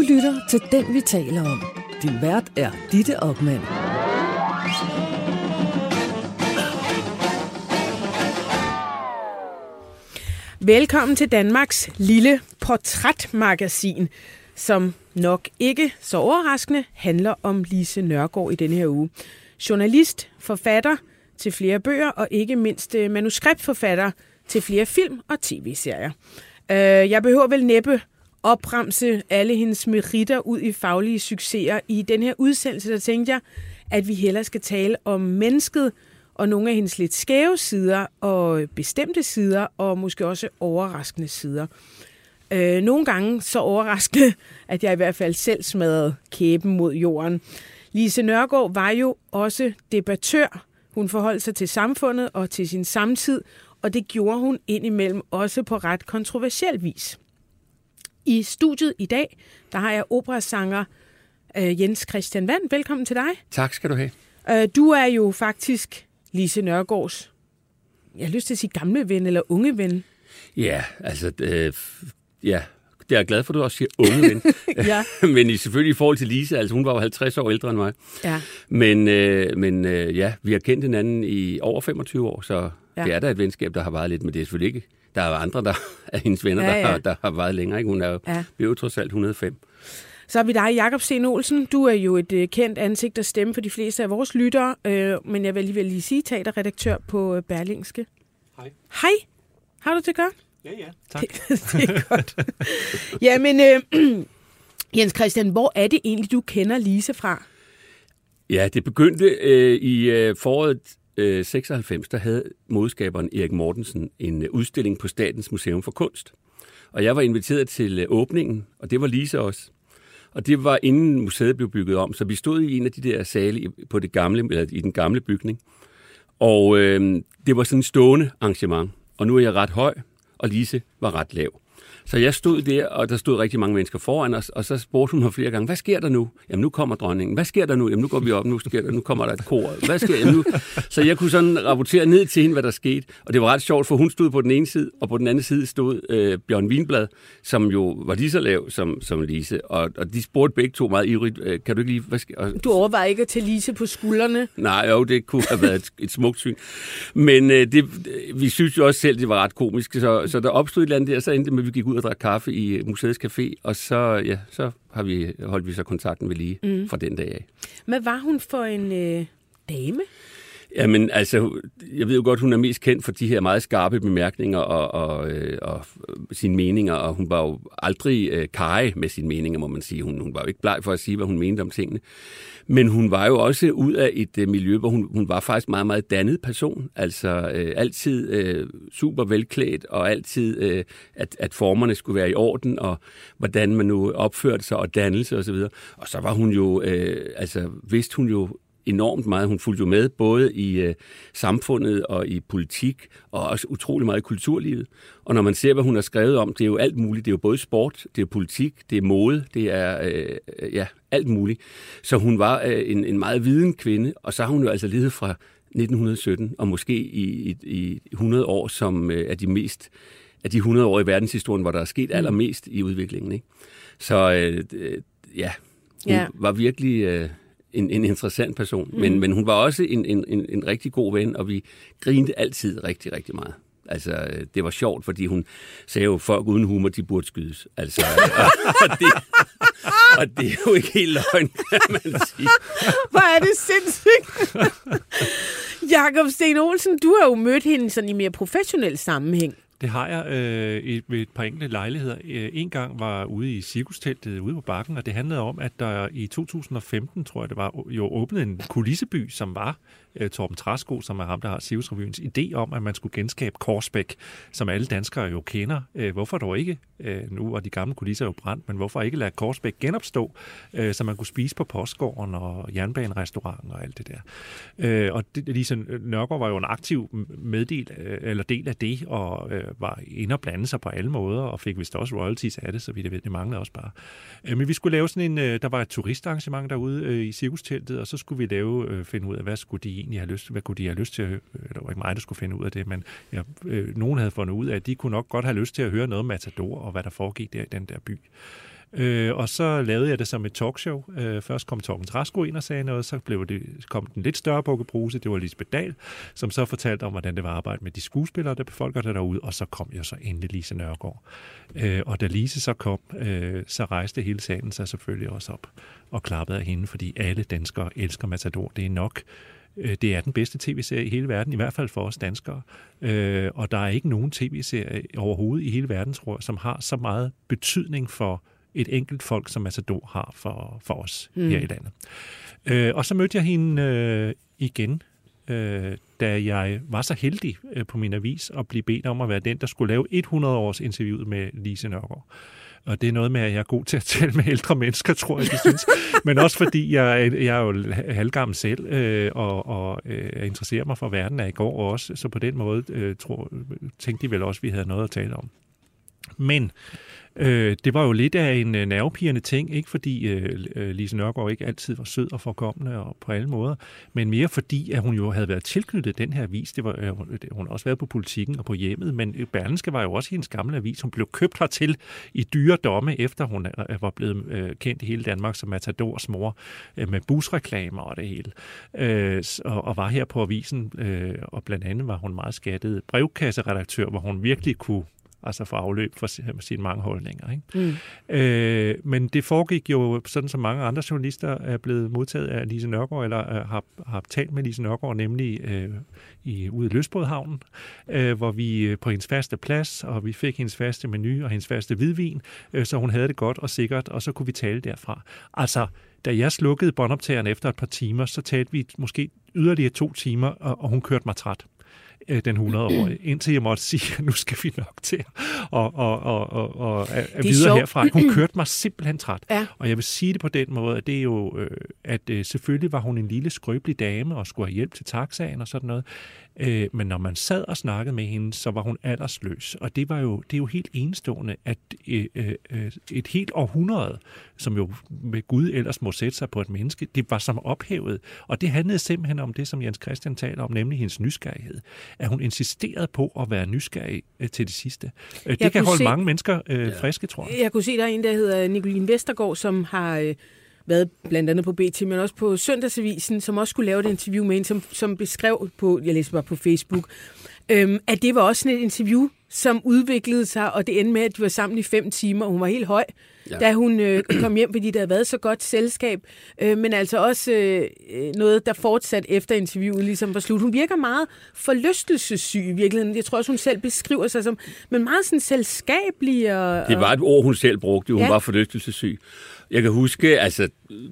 lytter til Den, vi taler om. Din vært er Ditte Okman. Velkommen til Danmarks lille portrætmagasin, som nok ikke så overraskende handler om Lise Nørgaard i denne her uge. Journalist, forfatter til flere bøger og ikke mindst manuskriptforfatter til flere film og tv-serier. Jeg behøver vel næppe opremse alle hendes meritter ud i faglige succeser. I den her udsendelse, der tænkte jeg, at vi hellere skal tale om mennesket og nogle af hendes lidt skæve sider og bestemte sider og måske også overraskende sider. Nogle gange så overraskende, at jeg i hvert fald selv smadrede kæben mod jorden. Lise Nørgaard var jo også debattør. Hun forholdt sig til samfundet og til sin samtid, og det gjorde hun indimellem også på ret kontroversiel vis. I studiet i dag, der har jeg operasanger Jens Christian Wandt. Velkommen til dig. Tak skal du have. Du er jo faktisk Lise Nørgaards, jeg har lyst til at sige gamle ven eller unge ven. Ja, altså, ja, det er jeg glad for, at du også siger unge ven. Ja. Men selvfølgelig i forhold til Lise, altså hun var jo 50 år ældre end mig. Ja. Men ja, vi har kendt hinanden i over 25 år, så ja. Det er da et venskab, der har varet lidt, men det er selvfølgelig ikke. Der er jo andre, der er hendes venner, ja. Der har varet længere. Ikke? Hun er jo trods alt 105. Så har vi dig, Jakob Sten Olsen. Du er jo et kendt ansigt og stemme for de fleste af vores lyttere, men jeg vil alligevel lige sige teaterredaktør på Berlingske. Hej. Hej. Har du det godt? Ja, tak. Det er godt. Jamen, Jens Christian, hvor er det egentlig, du kender Lise fra? Ja, det begyndte i foråret 96, der havde modeskaberen Erik Mortensen en udstilling på Statens Museum for Kunst. Og jeg var inviteret til åbningen, og det var Lise også. Og det var inden museet blev bygget om, så vi stod i en af de der sale på det gamle, eller i den gamle bygning. Og det var sådan et stående arrangement. Og nu er jeg ret høj, og Lise var ret lav. Så jeg stod der, og der stod rigtig mange mennesker foran os, og så spurgte hun mig flere gange, hvad sker der nu? Jamen nu kommer dronningen. Hvad sker der nu? Jamen nu går vi op, nu kommer der et kor. Hvad sker der nu? Så jeg kunne sådan rapportere ned til hende, hvad der skete. Og det var ret sjovt, for hun stod på den ene side, og på den anden side stod Bjørn Wienblad, som jo var lige så lav som Lise. Og de spurgte begge to meget ivrigt, kan du ikke lige... Hvad sker? Du overvejer ikke at tage Lise på skuldrene? Nej, jo, det kunne have været et smukt syn. Men vi synes jo også selv, det var ret komisk. Så der opstod et eller andet der, så endte med, at vi gik ud og drak kaffe i museets café, og så holdt vi så kontakten ved lige fra den dag af. Hvad var hun for en dame? Jamen, altså, jeg ved jo godt, hun er mest kendt for de her meget skarpe bemærkninger og sine meninger, og hun var jo aldrig karrig med sine meninger, må man sige. Hun var jo ikke bleg for at sige, hvad hun mente om tingene. Men hun var jo også ud af et miljø, hvor hun var faktisk meget, meget dannet person. Altså altid super velklædt, og altid, at formerne skulle være i orden, og hvordan man nu opførte sig, og dannelse osv. Og så var hun jo, vidste hun jo enormt meget. Hun fulgte jo med både i samfundet og i politik, og også utrolig meget i kulturlivet. Og når man ser, hvad hun har skrevet om, det er jo alt muligt. Det er jo både sport, det er politik, det er mode, det er alt muligt. Så hun var en meget viden kvinde, og så har hun jo altså levet fra 1917, og måske i 100 år, som er de mest af de 100 år i verdenshistorien, hvor der er sket allermest i udviklingen. Ikke? Så hun var virkelig... En interessant person, men hun var også en rigtig god ven, og vi grinte altid rigtig, rigtig meget. Altså, det var sjovt, fordi hun sagde jo, folk uden humor, de burde skydes. Altså, og det er jo ikke helt løgn, kan man sige. Hvor er det sindssygt! Jakob Sten Olsen, du har jo mødt hende sådan i mere professionel sammenhæng. Det har jeg ved et par enkelte lejligheder. En gang var ude i cirkusteltet ude på Bakken, og det handlede om, at der i 2015, tror jeg det var, jo åbnede en kulisseby, som var Torben Træsko, som er ham, der har Cirkusrevyens idé om, at man skulle genskabe Korsbæk, som alle danskere jo kender. Hvorfor dog ikke? Nu var de gamle kulisser jo brændt, men hvorfor ikke lade Korsbæk genopstå, så man kunne spise på Postgården og jernbanerestauranten og alt det der. Og Lise Nørgaard var jo en aktiv del af det, og var inde og blande sig på alle måder, og fik vist også royalties af det, så vidt jeg ved, det manglede også bare. Men vi skulle lave sådan der var et turistarrangement derude i cirkusteltet, og så skulle vi finde ud af, hvad skulle de egentlig have lyst til, hvad kunne de have lyst til, det var ikke mig, der skulle finde ud af det, men nogen havde fundet ud af, at de kunne nok godt have lyst til at høre noget om Matador, og hvad der foregik der i den der by. Og så lavede jeg det som et talkshow. Først kom Torben Træsko ind og sagde noget, så kom den lidt større bukkebruse, det var Lisbeth Dahl, som så fortalte om, hvordan det var at arbejde med de skuespillere, der befolker der derude, og så kom jeg så endelig Lise Nørgaard. Og da Lise så kom, så rejste hele salen sig selvfølgelig også op og klappede af hende, fordi alle danskere elsker Matador. Det er nok. Det er den bedste tv-serie i hele verden, i hvert fald for os danskere. Og der er ikke nogen tv-serie overhovedet i hele verden, tror jeg, som har så meget betydning for et enkelt folk, som Matador har for os her i landet. Og så mødte jeg hende igen, da jeg var så heldig på min avis at blive bedt om at være den, der skulle lave 100 års interviewet med Lise Nørgaard. Og det er noget med, at jeg er god til at tale med ældre mennesker, tror jeg, synes. Men også fordi jeg er jo halvgammel selv, og jeg interesserer mig for verden af i går også. Så på den måde tænkte de vel også, at vi havde noget at tale om. Men det var jo lidt af en nervepirrende ting, ikke fordi Lise Nørgaard ikke altid var sød og forkommende og på alle måder, men mere fordi, at hun jo havde været tilknyttet den her avis. Hun har også været på Politikken og på Hjemmet, men Berlingske var jo også hendes gamle avis. Hun blev købt hertil i dyre domme, efter hun var blevet kendt i hele Danmark som Matadors mor, med busreklamer og det hele. Og var her på avisen, og blandt andet var hun meget skattet brevkasseredaktør, hvor hun virkelig kunne få afløb for sine mange holdninger. Ikke? Men det foregik jo sådan, som mange andre journalister er blevet modtaget af Lise Nørgaard, eller har talt med Lise Nørgaard, nemlig ude i Lystbådhavnen, hvor vi på hendes faste plads, og vi fik hendes faste menu og hendes faste hvidvin, så hun havde det godt og sikkert, og så kunne vi tale derfra. Altså, da jeg slukkede båndoptageren efter et par timer, så talte vi måske yderligere 2 timer, og hun kørte mig træt, den 100-årige, indtil jeg måtte sige, at nu skal vi nok til at videre herfra. Hun kørte mig simpelthen træt. Ja. Og jeg vil sige det på den måde, at det er jo, at selvfølgelig var hun en lille skrøbelig dame og skulle have hjælp til taxaen og sådan noget. Men når man sad og snakkede med hende, så var hun aldersløs. Og det er jo helt enestående, at et helt århundrede, som jo med Gud ellers må sætte sig på et menneske, det var som ophævet. Og det handlede simpelthen om det, som Jens Christian taler om, nemlig hendes nysgerrighed. At hun insisterede på at være nysgerrig til det sidste. Det kan holde mange mennesker friske, tror jeg. Jeg kunne se, der er en, der hedder Nicoline Vestergaard, som har været blandt andet på BT, men også på Søndagsavisen, som også skulle lave et interview med hende, som beskrev på, jeg læste bare på Facebook, at det var også sådan et interview, som udviklede sig, og det endte med, at de var sammen i 5 timer, og hun var helt høj, da hun kom hjem, fordi der havde været så godt selskab, men altså også noget, der fortsatte efter interviewet, ligesom var slut. Hun virker meget forlystelsessyg i virkeligheden. Jeg tror også, hun selv beskriver sig som, men meget sådan selskabelig. Det var et ord, hun selv brugte. Hun var forlystelsessyg. Jeg kan huske, altså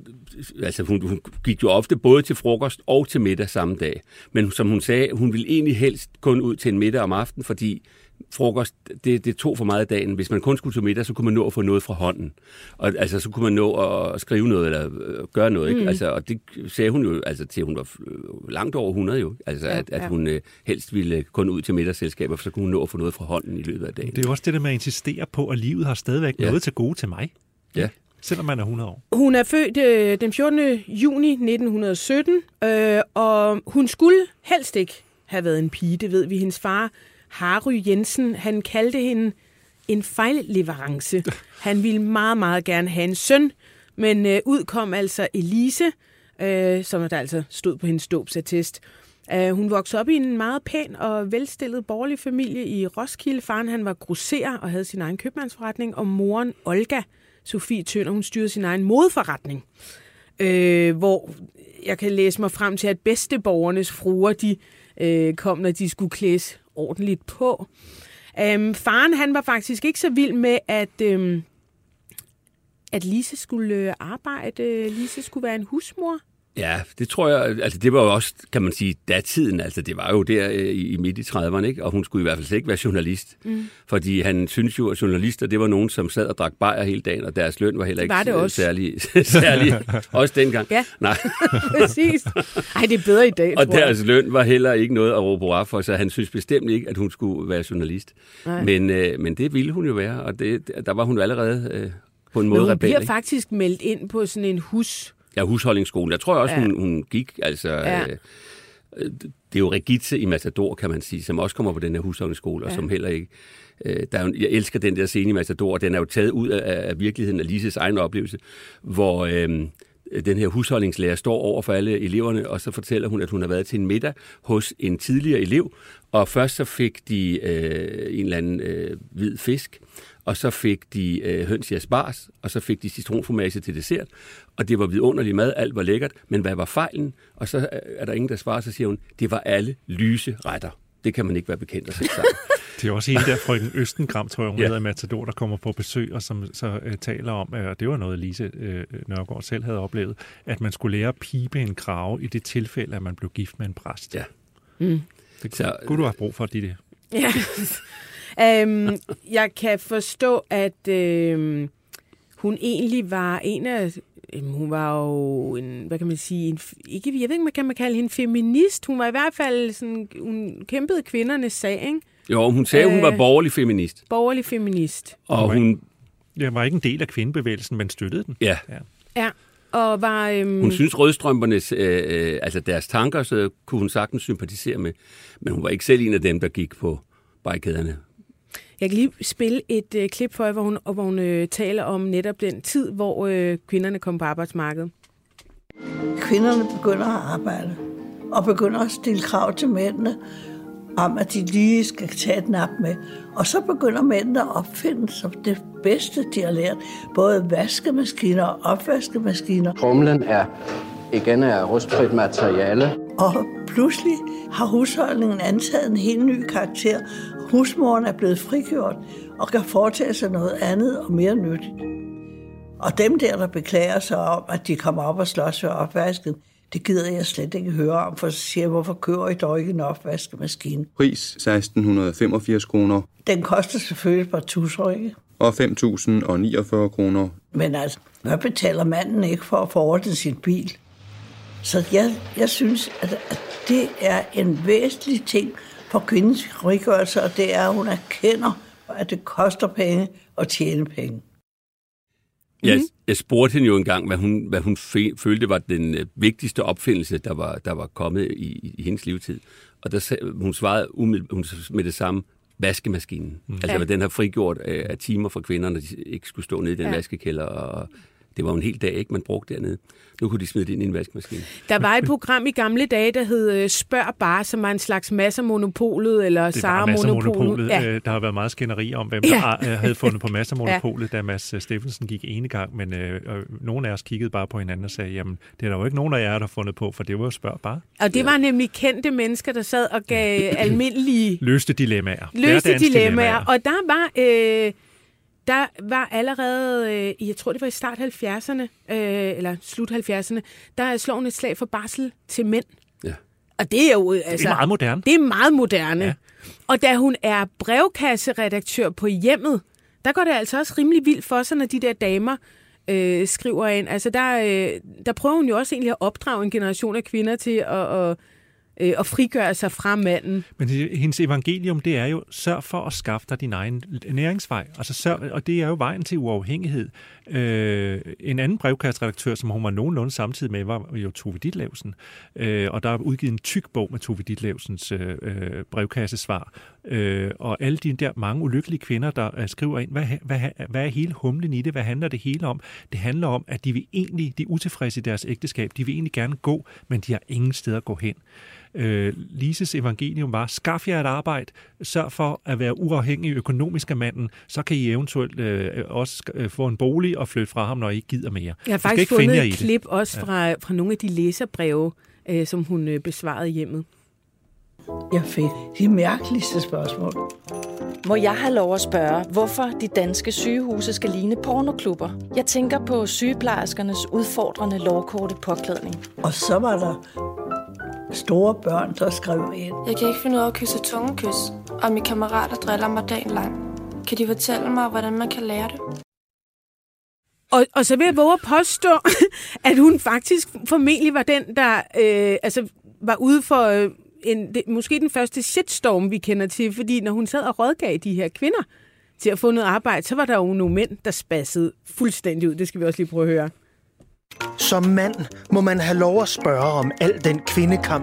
hun gik jo ofte både til frokost og til middag samme dag. Men som hun sagde, hun ville egentlig helst kun ud til en middag om aftenen, fordi frokost, det tog for meget af dagen. Hvis man kun skulle til middag, så kunne man nå at få noget fra hånden. Og altså, så kunne man nå at skrive noget eller gøre noget. Ikke? Altså, og det sagde hun jo, altså, til hun var langt over 100 jo. Altså, at hun helst ville kun ud til middagsselskaber, for så kunne hun nå at få noget fra hånden i løbet af dagen. Det er jo også det der med at insistere på, at livet har stadigvæk noget til gode til mig. Ja. Selvom man er 100 år. Hun er født den 14. juni 1917, og hun skulle helst ikke have været en pige, det ved vi. Hendes far, Harry Jensen, han kaldte hende en fejlleverance. Han ville meget, meget gerne have en søn, men ud kom altså Elise, som der altså stod på hendes dåbsattest. Hun voksede op i en meget pæn og velstillet borgerlig familie i Roskilde. Faren, han var grosserer og havde sin egen købmandsforretning, og moren, Olga Sofie Tønder, hun styrede sin egen modeforretning, hvor jeg kan læse mig frem til, at bedsteborgernes fruer, de kom, når de skulle klædes ordentligt på. Faren, han var faktisk ikke så vild med, at Lise skulle arbejde. Lise skulle være en husmor. Ja, det tror jeg, altså det var jo også, kan man sige, datiden, altså det var jo der i midt i 30'erne, ikke? Og hun skulle i hvert fald ikke være journalist, fordi han synes jo, at journalister, det var nogen, som sad og drak bajer hele dagen, og deres løn var heller ikke særlig også dengang. Ja, nej. Præcis. Ej, det er bedre i dag, og deres løn var heller ikke noget at råbe hurra for, så han synes bestemt ikke, at hun skulle være journalist. Men det ville hun jo være, og der var hun jo allerede på en måde rebel. Hun bliver faktisk meldt ind på sådan en husholdningsskole. Jeg tror også, hun gik, altså... Ja. det er jo Regitze i Matador, kan man sige, som også kommer på den her husholdningsskole, og som heller ikke... jeg elsker den der scene i Matador, den er jo taget ud af virkeligheden af Lises egen oplevelse, hvor den her husholdningslærer står over for alle eleverne, og så fortæller hun, at hun har været til en middag hos en tidligere elev, og først så fik de en eller anden hvid fisk, og så fik de høns i asparges, og så fik de citronfromage til dessert, og det var vidunderlig mad, alt var lækkert, men hvad var fejlen? Og så er der ingen, der svarer, så siger hun, det var alle lyse retter. Det kan man ikke være bekendt at sætte sammen. Det er også en der frøken Østengram, tror jeg, hun hedder i Matador, der kommer på besøg, og som så taler om, og det var noget, Lise Nørgaard selv havde oplevet, at man skulle lære at pibe en krave i det tilfælde, at man blev gift med en præst. Ja. Det kunne du have brug for, det. Ja. Jeg kan forstå, at hun egentlig var en af... Hun var jo en, hvad kan man sige, jeg ved ikke, kan man kalde hende feminist. Hun var i hvert fald sådan, hun kæmpede kvindernes sag, ikke? Jo, hun sagde, hun var borgerlig feminist. Borgerlig feminist. Og hun... Jeg var ikke en del af kvindebevægelsen, men støttede den. Ja. Og var... Hun synes rødstrømpernes, altså deres tanker, så kunne hun sagtens sympatisere med, men hun var ikke selv en af dem, der gik på barrikaderne. Jeg kan lige spille et klip for jer, hvor hun taler om netop den tid, hvor kvinderne kom på arbejdsmarkedet. Kvinderne begynder at arbejde, og begynder at stille krav til mændene, om at de lige skal tage et nap med. Og så begynder mændene at opfinde sig det bedste, de har lært. Både vaskemaskiner og opvaskemaskiner. Tromlen er igen af rustfrit materiale. Og pludselig har husholdningen antaget en helt ny karakter. Husmoren er blevet frigjort og kan foretage sig noget andet og mere nyttigt. Og dem der beklager sig om, at de kommer op og slås ved opvasken, det gider jeg slet ikke høre om, for så siger jeg, hvorfor kører I dog ikke en opvaskemaskine? Pris 1.685 kroner. Den koster selvfølgelig bare 1.000, ikke? Og 5.049 kroner. Men altså, hvad betaler manden ikke for at få ordnet sin bil? Så jeg synes, at det er en væsentlig ting for kvindens frigørelse, og det er, at hun erkender, at det koster penge at tjene penge. Jeg spurgte hende jo engang, hvad hun følte var den vigtigste opfindelse, der var kommet i hendes levetid. Og hun svarede med det samme, vaskemaskinen. Altså, hvad den har frigjort af timer for kvinderne, de ikke skulle stå nede i den vaskekælder, og det var jo en hel dag, ikke man brugte dernede. Nu kunne de smide det ind i en vaskemaskine. Der var et program i gamle dage, der hed Spørg bare, som var en slags Massermonopolet, eller Sara-monopolet. Ja. Der har været meget skænderi om, hvem der havde fundet på Massermonopolet, da Mads Steffensen gik ene gang, men nogle af os kiggede bare på hinanden og sagde, jamen, det er der jo ikke nogen af jer, der har fundet på, for det var jo Spørg bare. Og det var nemlig kendte mennesker, der sad og gav almindelige... Løste dilemmaer. Og der var allerede, jeg tror det var i start 70'erne, eller slut 70'erne, der er slået et slag for barsel til mænd. Ja. Og det er jo... Altså, det er meget moderne. Det er meget moderne. Ja. Og da hun er brevkasseredaktør på Hjemmet, der går det altså også rimelig vildt for sig, når de der damer skriver ind. Altså der prøver hun jo også egentlig at opdrage en generation af kvinder til at frigøre sig fra manden. Men hendes evangelium, det er jo, sørg for at skaffe dig din egen næringsvej. Altså og det er jo vejen til uafhængighed. En anden brevkasseredaktør, som hun var nogenlunde samtidig med, var jo Tove Ditlevsen. Og der er udgivet en tyk bog med Tove Ditlevsens brevkassesvar. Og alle de der mange ulykkelige kvinder, der skriver ind, hvad er hele humlen i det? Hvad handler det hele om? Det handler om, at de er utilfredse i deres ægteskab. De vil egentlig gerne gå, men de har ingen steder at gå hen. Lises evangelium var, skaf jer et arbejde, sørg for at være uafhængig økonomisk af manden, så kan I eventuelt også få en bolig og flytte fra ham, når I ikke gider mere. Jeg har faktisk fundet et klip også fra nogle af de læserbreve, som hun besvarede i Hjemmet. Jeg fik de mærkeligste spørgsmål. Må jeg have lov at spørge, hvorfor de danske sygehuse skal ligne pornoklubber? Jeg tænker på sygeplejerskernes udfordrende lovkorte påklædning. Og så var der store børn, der skrev ind. Jeg kan ikke finde ud af at kysse tungekys, og mine kammerater driller mig dagen lang. Kan de fortælle mig, hvordan man kan lære det? Og så vil jeg våge at påstå, at hun faktisk formentlig var den, der var ude for måske den første shitstorm, vi kender til. Fordi når hun sad og rådgav de her kvinder til at få noget arbejde, så var der jo nogle mænd, der spassede fuldstændig ud. Det skal vi også lige prøve at høre. Som mand må man have lov at spørge om al den kvindekamp,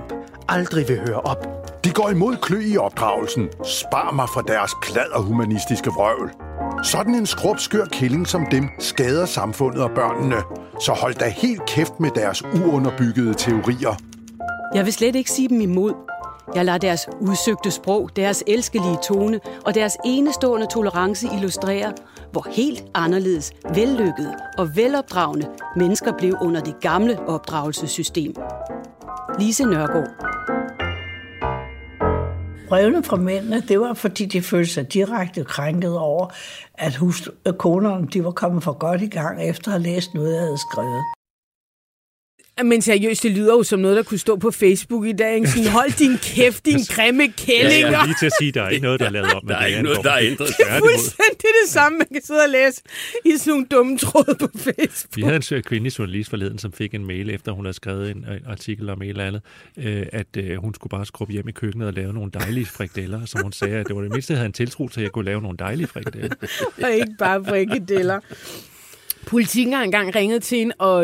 aldrig vil høre op. De går imod Klø i opdragelsen. Spar mig for deres kladderhumanistiske vrøvl. Sådan en skrubskør killing som dem skader samfundet og børnene. Så hold da helt kæft med deres uunderbyggede teorier. Jeg vil slet ikke sige dem imod. Jeg lader deres udsøgte sprog, deres elskelige tone og deres enestående tolerance illustrere, hvor helt anderledes, vellykkede og velopdragende mennesker blev under det gamle opdragelsessystem. Lise Nørgaard. Brevene fra mændene, det var, fordi de følte sig direkte krænket over, at konerne de var kommet for godt i gang, efter at have læst noget, jeg havde skrevet. Men seriøst, det lyder jo som noget, der kunne stå på Facebook i dag. Sådan, hold din kæft, din grimme kælling. Jeg lige til at sige, der er ikke noget, der er lavet om. Der er ikke noget, der er ændret. Det er fuldstændig det samme, man kan sidde og læse i sådan nogle dumme tråde på Facebook. Vi havde en kvindelig journalist forleden, som fik en mail, efter hun havde skrevet en artikel om et eller andet, at hun skulle bare skrubbe hjem i køkkenet og lave nogle dejlige frikadeller, som hun sagde, at det var det mindste, jeg havde en tiltro til, at jeg kunne lave nogle dejlige frikadeller. Og ikke bare frikadeller. Politikken har engang ringet til hende og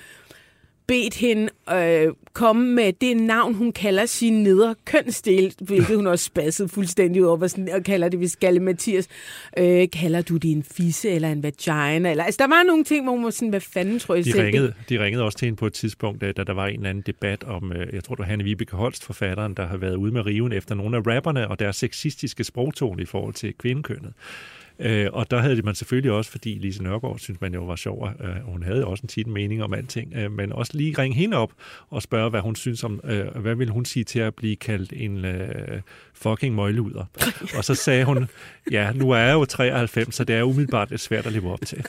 bedt hende komme med det navn, hun kalder sin nedre kønsdel, hvilket hun også spassede fuldstændig ud over, og kalder det, hvis Galle Mathias, kalder du det en fisse eller en vagina? Eller, altså, der var nogle ting, hvor hun var sådan, hvad fanden tror jeg selv? De ringede også til hende på et tidspunkt, da der var en eller anden debat om, jeg tror, det var Hanne-Vibeke Holst, forfatteren, der har været ude med riven efter nogle af rapperne og deres sexistiske sprogtone i forhold til kvindekønnet. Og der havde man selvfølgelig også, fordi Lise Nørgaard synes man jo var sjov, hun havde også en tit mening om alting, men også lige ringe hende op og spørge, hvad hun synes om, hvad vil hun sige til at blive kaldt en fucking møgluder. Og så sagde hun, ja, nu er jeg jo 93, så det er umiddelbart lidt svært at leve op til.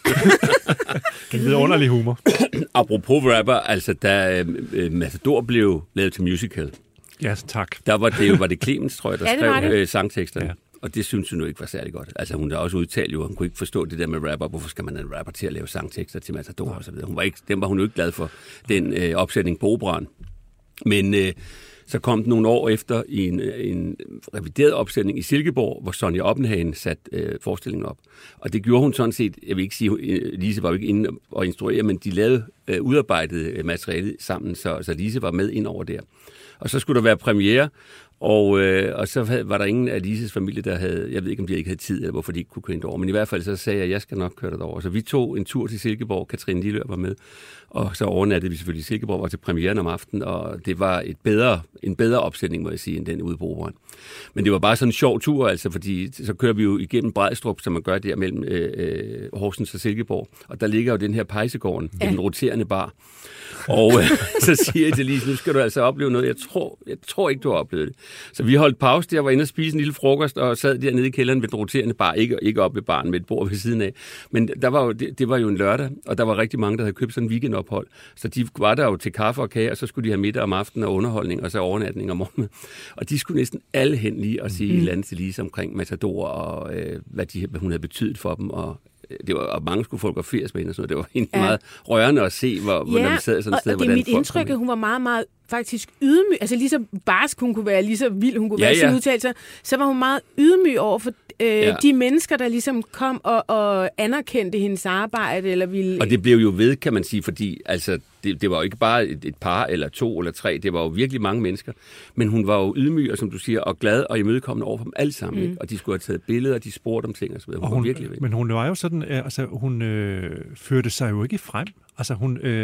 En vidunderlig humor. Apropos rapper, altså da Matador blev lavet til musical. Ja, tak. Der var det Clemens, tror jeg, der skrev sangteksterne. Ja. Og det synes hun nu ikke var særlig godt. Altså hun har også udtalt jo, hun kunne ikke forstå det der med rapper. Hvorfor skal man en rapper til at lave sangtekster til Matador og så videre. Den var hun jo ikke glad for, den opsætning på operaen. Men så kom den nogle år efter i en revideret opsætning i Silkeborg, hvor Sonja Oppenhagen satte forestillingen op. Og det gjorde hun sådan set, jeg vil ikke sige, Lise var jo ikke inde og instruere, men de lavede udarbejdet materiale sammen, så Lise var med ind over der. Og så skulle der være premiere, og så var der ingen af Lises familie, der havde, jeg ved ikke, om de ikke havde tid, eller hvorfor de ikke kunne køre ind over, men i hvert fald så sagde jeg skal nok køre derover. Så vi tog en tur til Silkeborg, Katrine Lillør var med, og så overnattede vi selvfølgelig i Silkeborg, var til premieren om aftenen, og det var en bedre opsætning, må jeg sige, end den ude på Operaen. Men det var bare sådan en sjov tur, altså, fordi så kører vi jo igennem Brædstrup, som man gør der mellem Horsens og Silkeborg, og der ligger jo den her pejsegården, den roterende bar. Og så siger jeg til Lise, nu skal du altså opleve noget. Jeg tror ikke, du har oplevet det. Så vi holdt pause der, var inde og spise en lille frokost, og sad dernede i kælderen ved den roterende bar. Ikke oppe ved baren med et bord ved siden af. Men det var jo en lørdag, og der var rigtig mange, der havde købt sådan en weekendophold. Så de var der jo til kaffe og kage, og så skulle de have middag om aftenen og underholdning, og så overnatning om morgenen. Og de skulle næsten alle hen lige og sige et eller andet til Lise omkring Matador, og hvad hun havde betydet for dem, og mange skulle fotograferes med hende og sådan noget. Det var egentlig meget rørende at se, når vi sad sådan et sted, og det er mit indtryk, at hun var meget, meget faktisk ydmyg. Altså lige så barsk hun kunne være, lige så vild hun kunne være i sine udtalelser, så var hun meget ydmyg over for de mennesker, der ligesom kom og anerkendte hendes arbejde. Eller ville... Og det blev jo ved, kan man sige, fordi altså, det var jo ikke bare et par eller to eller tre, det var jo virkelig mange mennesker. Men hun var jo ydmyg, og som du siger, og glad og imødekommende over for dem alle sammen. Ikke? Og de skulle have taget billeder, og de spurgte om ting og så videre. Hun var virkelig ved. Men hun var jo sådan, altså hun førte sig jo ikke frem. Altså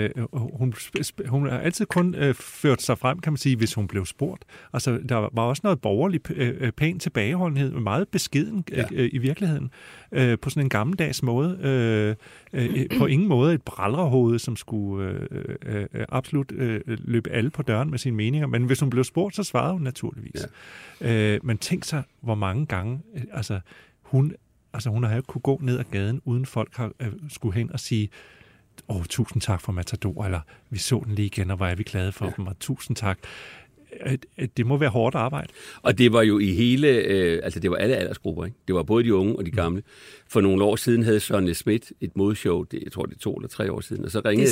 hun har altid kun ført sig frem, kan man sige, hvis hun blev spurgt. Altså der var også noget borgerligt pæn tilbageholdenhed, meget beskeden i virkeligheden, på sådan en gammeldags måde. På ingen måde et bralrehoved, som skulle absolut løbe alle på døren med sine meninger. Men hvis hun blev spurgt, så svarede hun naturligvis. Ja. Men tænk sig, hvor mange gange, hun har jo kunne gå ned ad gaden, uden folk har skulle hen og sige, tusind tak for Matador, eller vi så den lige igen, og hvor er vi glade for dem, og tusind tak. Det må være hårdt arbejde. Og det var jo i hele, det var alle aldersgrupper, ikke? Det var både de unge og de gamle. For nogle år siden havde Søren Schmidt et modeshow, jeg tror det er 2 eller 3 år siden, og så ringede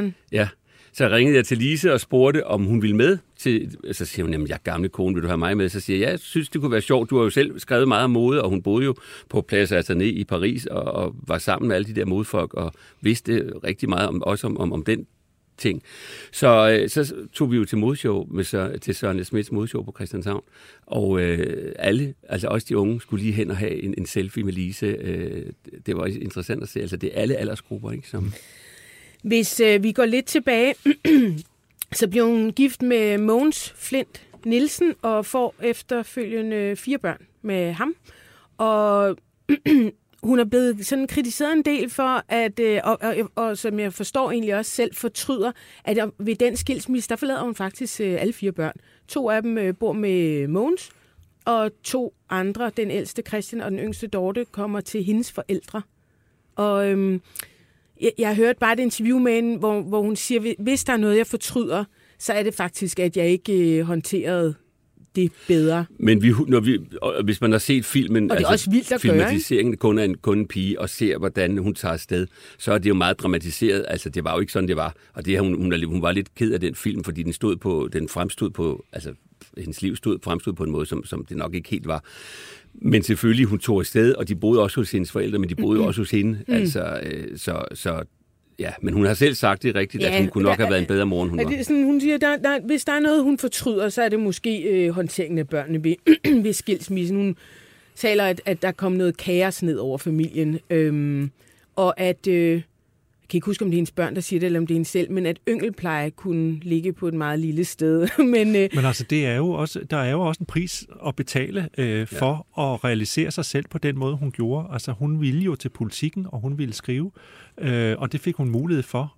Så ringede jeg til Lise og spurgte, om hun ville med til. Så siger hun, jamen, jeg er gamle kone, vil du have mig med? Så siger jeg, jeg synes, det kunne være sjovt. Du har jo selv skrevet meget om mode, og hun boede jo på Place Athénée i Paris, og var sammen med alle de der modefolk, og vidste rigtig meget om den ting. Så tog vi jo til modshow, til Søren Smiths modshow på Christianshavn, og alle, altså også de unge, skulle lige hen og have en selfie med Lise. Det var interessant at se, altså det er alle aldersgrupper, ikke? Som... Hvis vi går lidt tilbage, så blev hun gift med Mogens Flint Nielsen og får efterfølgende 4 børn med ham. Og hun er blevet sådan kritiseret en del for, at, og som jeg forstår egentlig også selv fortryder, at ved den skilsmisse, der forlader hun faktisk alle 4 børn. 2 af dem bor med Mogens, og 2 andre, den ældste Christian og den yngste Dorte, kommer til hendes forældre. Og jeg har hørt bare et interview med hende, hvor hun siger, hvis der er noget, jeg fortryder, så er det faktisk, at jeg ikke håndterede det bedre. Men hvis man har set filmen, og det er også vildt at filmatiseringen kun en pige, og ser, hvordan hun tager afsted, så er det jo meget dramatiseret. Altså, det var jo ikke sådan, det var. Og det hun var lidt ked af den film, fordi den fremstod på, altså, hendes liv fremstod på en måde, som det nok ikke helt var. Men selvfølgelig, hun tog afsted, og de boede også hos hendes forældre, men de boede også hos hende. Altså, så ja, men hun har selv sagt det rigtigt, at hun kunne nok have været en bedre mor, end hun var. Sådan, hun siger, hvis der er noget, hun fortryder, så er det måske håndteringen af børnene ved skilsmissen. Hun taler, at der kom noget kaos ned over familien, og at... Jeg kan ikke huske, om det er hendes børn, der siger det, eller om det er hende selv, men at yngelpleje kunne ligge på et meget lille sted. men altså, der er jo også en pris at betale for at realisere sig selv på den måde, hun gjorde. Altså, hun ville jo til politikken, og hun ville skrive, og det fik hun mulighed for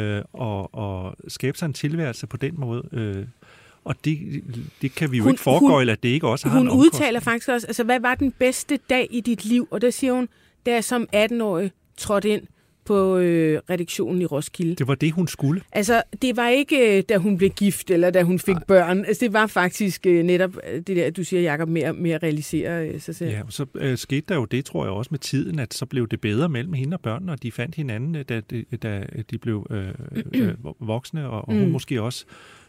at skabe sig en tilværelse på den måde. Og det kan vi jo ikke foregøjle, at det ikke også har en omkostning. Hun udtaler faktisk også, altså, hvad var den bedste dag i dit liv? Og der siger hun, da jeg som 18-årig trådte ind på redaktionen i Roskilde. Det var det, hun skulle. Altså, det var ikke, da hun blev gift, eller da hun fik børn. Altså, det var faktisk netop det der, du siger, Jacob, med at realisere sig selv. Ja, og så skete der jo det, tror jeg også med tiden, at så blev det bedre mellem hende og børnene, og de fandt hinanden, da de blev voksne, og hun måske også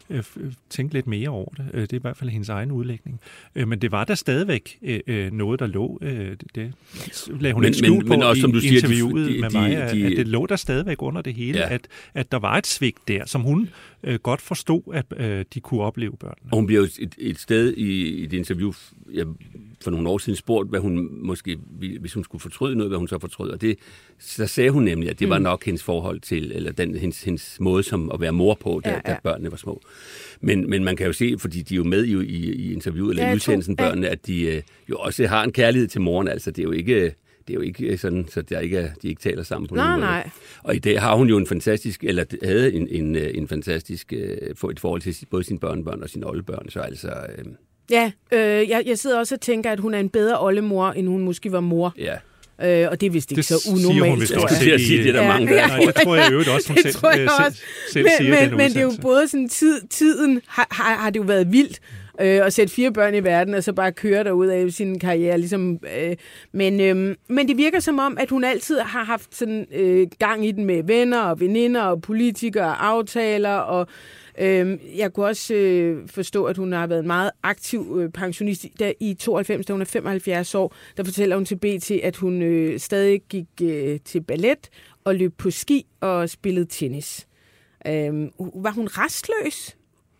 tænke lidt mere over det. Det er i hvert fald hendes egen udlægning. Men det var der stadigvæk noget, der lå. Det lagde hun ikke skjul på også, som du siger, interviewet med mig, at det lå der stadigvæk under det hele, ja. At der var et svigt der, som hun godt forstod, at de kunne opleve børnene. Og hun bliver jo et sted i et interview for nogle år siden spurgt, hvad hun måske, hvis hun skulle fortryde noget, hvad hun så fortrød. Og så sagde hun nemlig, at det var nok hendes forhold til, eller hendes måde som at være mor på, da børnene var små. Men man kan jo se, fordi de er jo med i interviewet, eller i udsendelsen børnene, at de jo også har en kærlighed til moren. Altså, det er jo ikke sådan, så de ikke taler sammen på nogen måde. Nej. Og i dag har hun jo havde en fantastisk et forhold til både sine børnebørn og sine oldebørn, så altså... Ja, jeg sidder også og tænker, at hun er en bedre oldemor, end hun måske var mor. Ja. Og det er vist ikke så unormalt. Det siger der mange gange. Nej, det tror jeg jo også, hun selv siger. Men det er jo både sådan, tiden har det jo været vildt at sætte 4 børn i verden, og så bare køre derud af sin karriere. Ligesom, men det virker som om, at hun altid har haft sådan, gang i den med venner og veninder og politikere og aftaler og jeg kunne også forstå, at hun har været en meget aktiv pensionist i 92, da hun er 75 år. Der fortæller hun til BT, at hun stadig gik til ballet og løb på ski og spillede tennis. Var hun rastløs?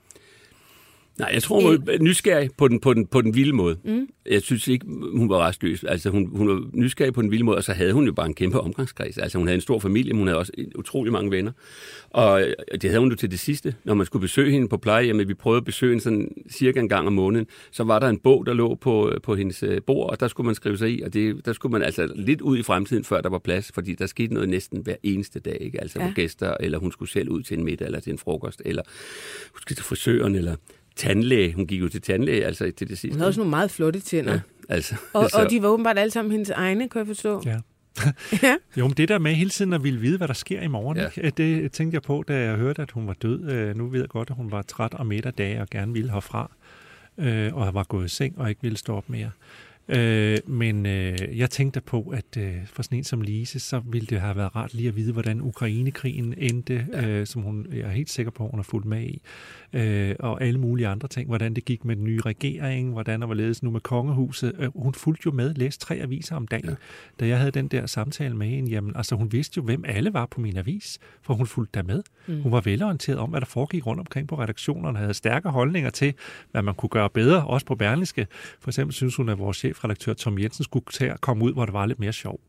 Nej, jeg tror, hun var nysgerrig på den vilde måde. Mm. Jeg synes ikke, hun var rastløs. Altså, hun var nysgerrig på den vilde måde, og så havde hun jo bare en kæmpe omgangskreds. Altså, hun havde en stor familie, men hun havde også utrolig mange venner. Og det havde hun jo til det sidste. Når man skulle besøge hende på plejehjemmet, vi prøvede at besøge hende sådan cirka en gang om måneden, så var der en bog, der lå på hendes bord, og der skulle man skrive sig i, og der skulle man altså lidt ud i fremtiden, før der var plads, fordi der skete noget næsten hver eneste dag, ikke? Altså gæster, eller hun skulle selv ud til en middag, eller til en frokost, eller hun skulle til frisøren, eller tandlæge. Hun gik jo til tandlæge, altså til det sidste. Hun havde også nogle meget flotte tænder. Ja, altså. Og de var åbenbart alle sammen hendes egne, kan jeg forstå. Ja. Jo, men det der med hele tiden at ville vide, hvad der sker i morgen, det tænkte jeg på, da jeg hørte, at hun var død. Nu ved jeg godt, at hun var træt og midt af dag og gerne ville herfra, og var gået i seng og ikke ville stå op mere. Men jeg tænkte på, at for sådan en som Lise, så ville det have været rart lige at vide, hvordan Ukrainekrigen endte, som jeg er helt sikker på, hun har fulgt med i. Og alle mulige andre ting. Hvordan det gik med den nye regering, hvordan der var ledes nu med kongehuset. Hun fulgte jo med, læste 3 aviser om dagen. Da jeg havde den der samtale med hende, jamen, altså hun vidste jo, hvem alle var på min avis, for hun fulgte der med. Hun var velorienteret om, hvad der foregik rundt omkring på redaktionerne, havde stærke holdninger til, hvad man kunne gøre bedre, også på Berlingske. For eksempel synes hun, at vores chefredaktør Tom Jensen skulle til at komme ud, hvor det var lidt mere sjov.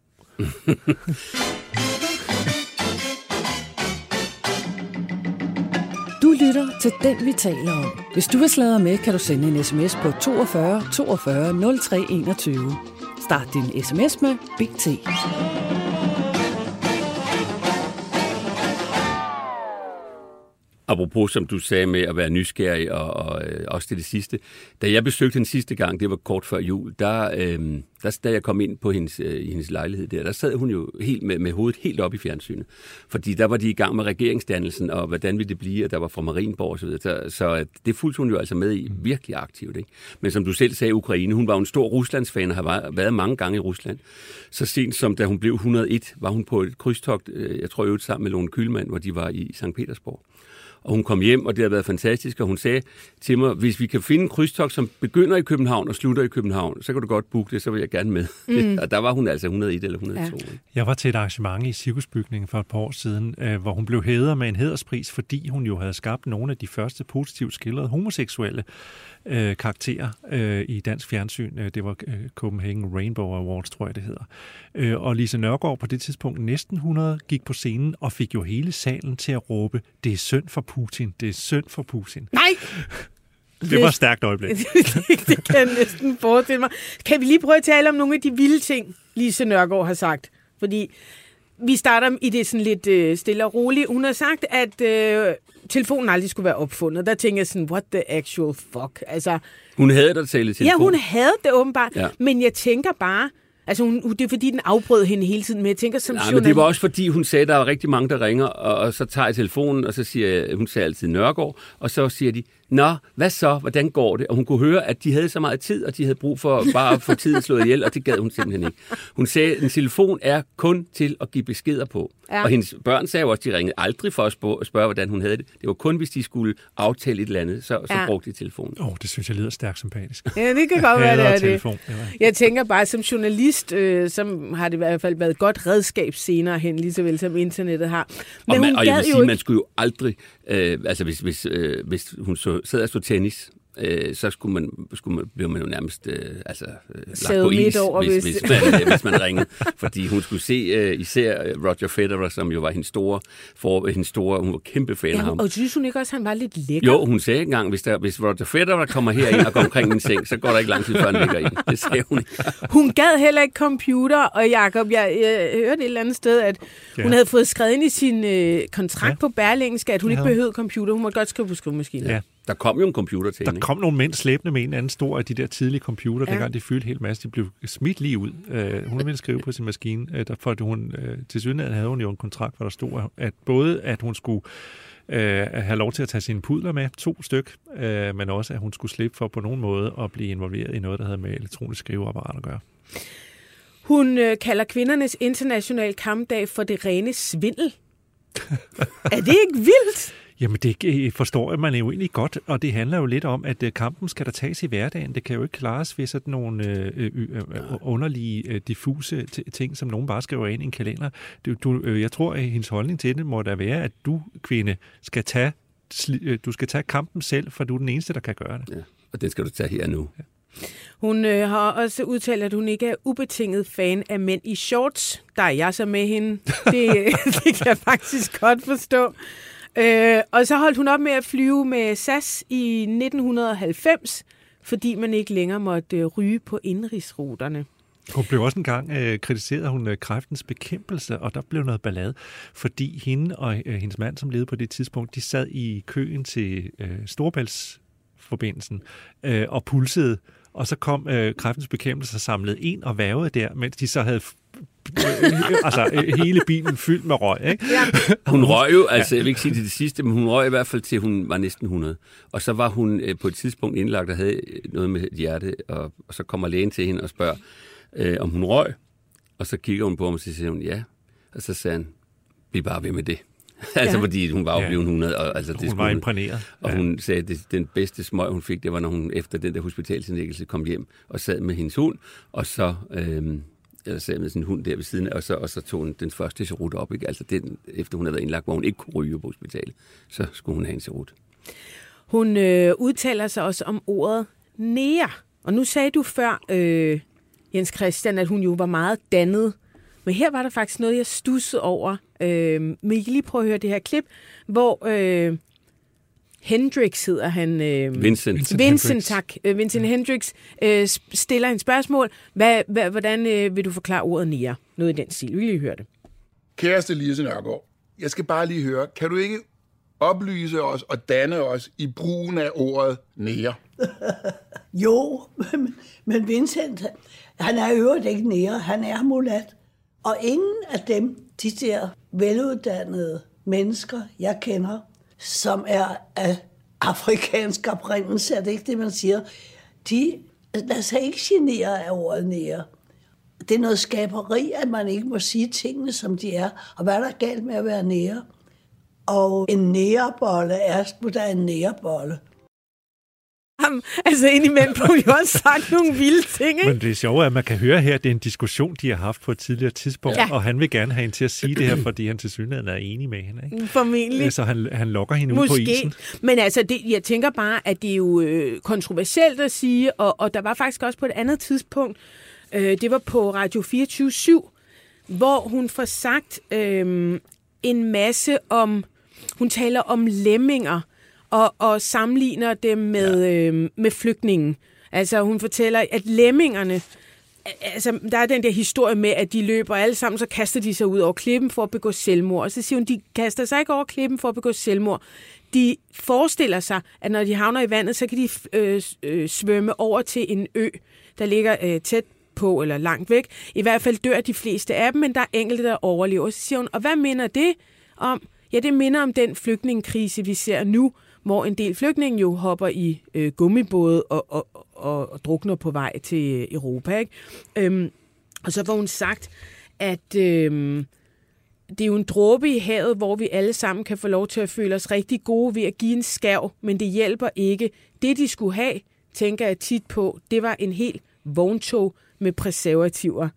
Du lytter til Den, vi taler om. Hvis du vil sladre med, kan du sende en sms på 42 42 03 21. Start din sms med Big T. Apropos, som du sagde med at være nysgerrig, og også til det sidste. Da jeg besøgte hende sidste gang, det var kort før jul, da jeg kom ind på hendes lejlighed der sad hun jo helt med hovedet helt op i fjernsynet. Fordi der var de i gang med regeringsdannelsen, og hvordan ville det blive, at der var fra Marienborg og så videre. Så det fulgte hun jo altså med i virkelig aktivt. Ikke? Men som du selv sagde, Ukraine, hun var jo en stor Ruslandsfan og har været mange gange i Rusland. Så sent som da hun blev 101, var hun på et krydstogt, jeg tror jo sammen med Lone Kühlmann, hvor de var i Sankt Petersborg. Og hun kom hjem, og det har været fantastisk, og hun sagde til mig, hvis vi kan finde en krydstogt, som begynder i København og slutter i København, så kan du godt booke det, så vil jeg gerne med. Og der var hun altså 101 eller 102. Ja. Jeg var til et arrangement i Cirkusbygningen for et par år siden, hvor hun blev hædret med en hæderspris, fordi hun jo havde skabt nogle af de første positivt skildrede homoseksuelle karakterer i dansk fjernsyn. Det var Copenhagen Rainbow Awards, tror jeg det hedder. Og Lise Nørgaard på det tidspunkt, næsten 100, gik på scenen og fik jo hele salen til at råbe, det er synd for Putin, det er synd for Putin. Nej! Det var et stærkt øjeblik. Det kan jeg næsten forestille mig. Kan vi lige prøve at tale om nogle af de vilde ting, Lise Nørgaard har sagt? Fordi vi starter i det sådan lidt stille og roligt. Hun har sagt, at telefonen aldrig skulle være opfundet. Der tænker jeg sådan, what the actual fuck? Altså, hun havde der tale i telefon. Ja, hun havde det åbenbart. Ja. Men jeg tænker bare, altså det er fordi, den afbrød hende hele tiden, men jeg tænker som journalist. Men det var også fordi, hun sagde, at der er rigtig mange, der ringer, og så tager jeg telefonen, og så siger hun sagde altid Nørgaard, og så siger de, nå, hvad så? Hvordan går det? Og hun kunne høre, at de havde så meget tid, og de havde brug for bare at få tiden slået ihjel, og det gad hun simpelthen ikke. Hun sagde, at en telefon er kun til at give beskeder på. Ja. Og hendes børn sagde jo også, at de ringede aldrig for at spørge, hvordan hun havde det. Det var kun, hvis de skulle aftale et eller andet, så brugte de telefonen. Det synes jeg lyder stærkt sympatisk. Ja, det kan godt være, det er det. Jeg tænker bare, som journalist, som har det i hvert fald været et godt redskab senere hen, lige så vel som internettet har. Men og jeg vil sige, man skulle jo aldrig, altså hvis hun sad og stod tennis, så blev man jo nærmest lagt på is, hvis man ringede. Fordi hun skulle se især Roger Federer, som jo var hendes store, hun var kæmpe fan af ham. Og synes hun ikke også, han var lidt lækker? Jo, hun sagde engang, hvis Roger Federer kommer herind og går omkring min seng, så går der ikke lang tid, før han ligger ind. Det sagde hun ikke. Hun gad heller ikke computer, og Jacob, jeg hørte et eller andet sted, at hun havde fået skrevet ind i sin kontrakt på Berlingske, at hun ikke behøvede computer. Hun måtte godt skrive på skrivemaskiner. Ja. Der kom jo en computer til hende. Der kom nogle mænd slæbende med en anden stor af de der tidlige computer, dengang de fyldte helt masse. De blev smidt lige ud. Hun ville skrive på sin maskine, for hun til synligheden havde hun jo en kontrakt, hvor der stod, at både at hun skulle have lov til at tage sine pudler med, 2 styk, men også at hun skulle slippe for på nogen måde at blive involveret i noget, der havde med elektronisk skriveapparat at gøre. Hun kalder kvindernes internationale kampdag for det rene svindel. Er det ikke vildt? Jamen, det forstår man jo egentlig godt, og det handler jo lidt om, at kampen skal der tages i hverdagen. Det kan jo ikke klares ved sådan nogle underlige, diffuse ting, som nogen bare skriver ind i en kalender. Jeg tror, at hendes holdning til det må da være, at du, kvinde, skal tage kampen selv, for du er den eneste, der kan gøre det. Ja, og den skal du tage her nu. Ja. Hun har også udtalt, at hun ikke er ubetinget fan af mænd i shorts. Der er jeg så med hende. Det kan jeg faktisk godt forstå. Og så holdt hun op med at flyve med SAS i 1990, fordi man ikke længere måtte ryge på indrigsruterne. Hun blev også engang kritiseret, hun kræftens bekæmpelse, og der blev noget ballade, fordi hende og hendes mand, som levede på det tidspunkt, de sad i køen til Storebæltsforbindelsen og pulsede, og så kom kræftens bekæmpelse samlet ind og værvede der, mens de så havde hele bilen fyldt med røg, ikke? Ja. Hun røg jo, altså jeg vil ikke sige til det sidste, men hun røg i hvert fald til hun var næsten 100. Og så var hun på et tidspunkt indlagt og havde noget med hjerte, og så kommer lægen til hende og spørger, om hun røg. Og så kigger hun på ham, og så siger hun ja. Og så sagde han, bliv bare ved med det. Altså fordi hun var jo blevet 100. Og, altså, hun var imprægneret. Og hun sagde, at den bedste smøg, hun fik, det var, når hun efter den der hospitalsindlæggelse kom hjem og sad med hendes hund, og så eller sad med sin hund der ved siden af, og så tog hun den første cerut op. Ikke? Altså den, efter hun havde været indlagt, hvor hun ikke kunne ryge på hospitalet, så skulle hun have en cerut. Hun udtaler sig også om ordet nære. Og nu sagde du før, Jens Christian, at hun jo var meget dannet. Men her var der faktisk noget, jeg stussede over. Men I kan lige prøve at høre det her klip, hvor Hendrix hedder han. Vincent, tak. Vincent Hendrix stiller en spørgsmål. Hvordan vil du forklare ordet nære? Noget i den stil. Vi vil lige høre det. Kæreste Lise Nørgaard, jeg skal bare lige høre, kan du ikke oplyse os og danne os i brugen af ordet nære? Jo, men Vincent, han er i øvrigt ikke nære, han er mulat. Og ingen af dem, de der veluddannede mennesker, jeg kender, som er af afrikansk oprindelse, er det ikke det, man siger, de lader sig ikke genere af ordet nære. Det er noget skaberi, at man ikke må sige tingene, som de er. Og hvad er der galt med at være nære? Og en nærebolle er sgu da en nærebolle. Altså indimellem har vi jo også sagt nogle vilde ting, ikke? Men det er sjovt, at man kan høre her, at det er en diskussion, de har haft på et tidligere tidspunkt, og han vil gerne have hende til at sige det her, fordi han tilsyneladende er enig med hende, ikke? Formentlig. Så han lokker hende ud på isen. Men altså, jeg tænker bare, at det er jo kontroversielt at sige, og der var faktisk også på et andet tidspunkt, det var på Radio 24/7, hvor hun får sagt en masse om, hun taler om lemminger, og sammenligner dem med flygtningen. Altså hun fortæller, at lemmingerne, altså der er den der historie med, at de løber alle sammen, så kaster de sig ud over klippen for at begå selvmord. Og så siger hun, de kaster sig ikke over klippen for at begå selvmord. De forestiller sig, at når de havner i vandet, så kan de svømme over til en ø, der ligger tæt på eller langt væk. I hvert fald dør de fleste af dem, men der er enkelte, der overlever. Så siger hun, og hvad minder det om? Ja, det minder om den flygtningekrise, vi ser nu, hvor en del flygtninge jo hopper i gummibåde og drukner på vej til Europa. Ikke? Og så var hun sagt, at det er jo en dråbe i havet, hvor vi alle sammen kan få lov til at føle os rigtig gode ved at give en skærv, men det hjælper ikke. Det, de skulle have, tænker jeg tit på, det var en helt vogntog med preservativer.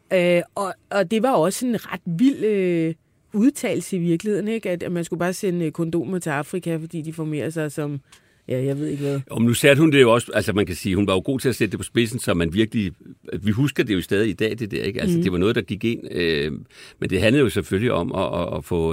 Og det var også en ret vild udtalelse i virkeligheden, ikke? At man skulle bare sende kondomer til Afrika, fordi de formerer sig som, ja, jeg ved ikke hvad. Og nu satte hun det jo også, altså man kan sige, hun var jo god til at sætte det på spidsen, så man virkelig, vi husker det jo stadig i dag, det der, ikke? Altså det var noget, der gik ind, men det handlede jo selvfølgelig om at få,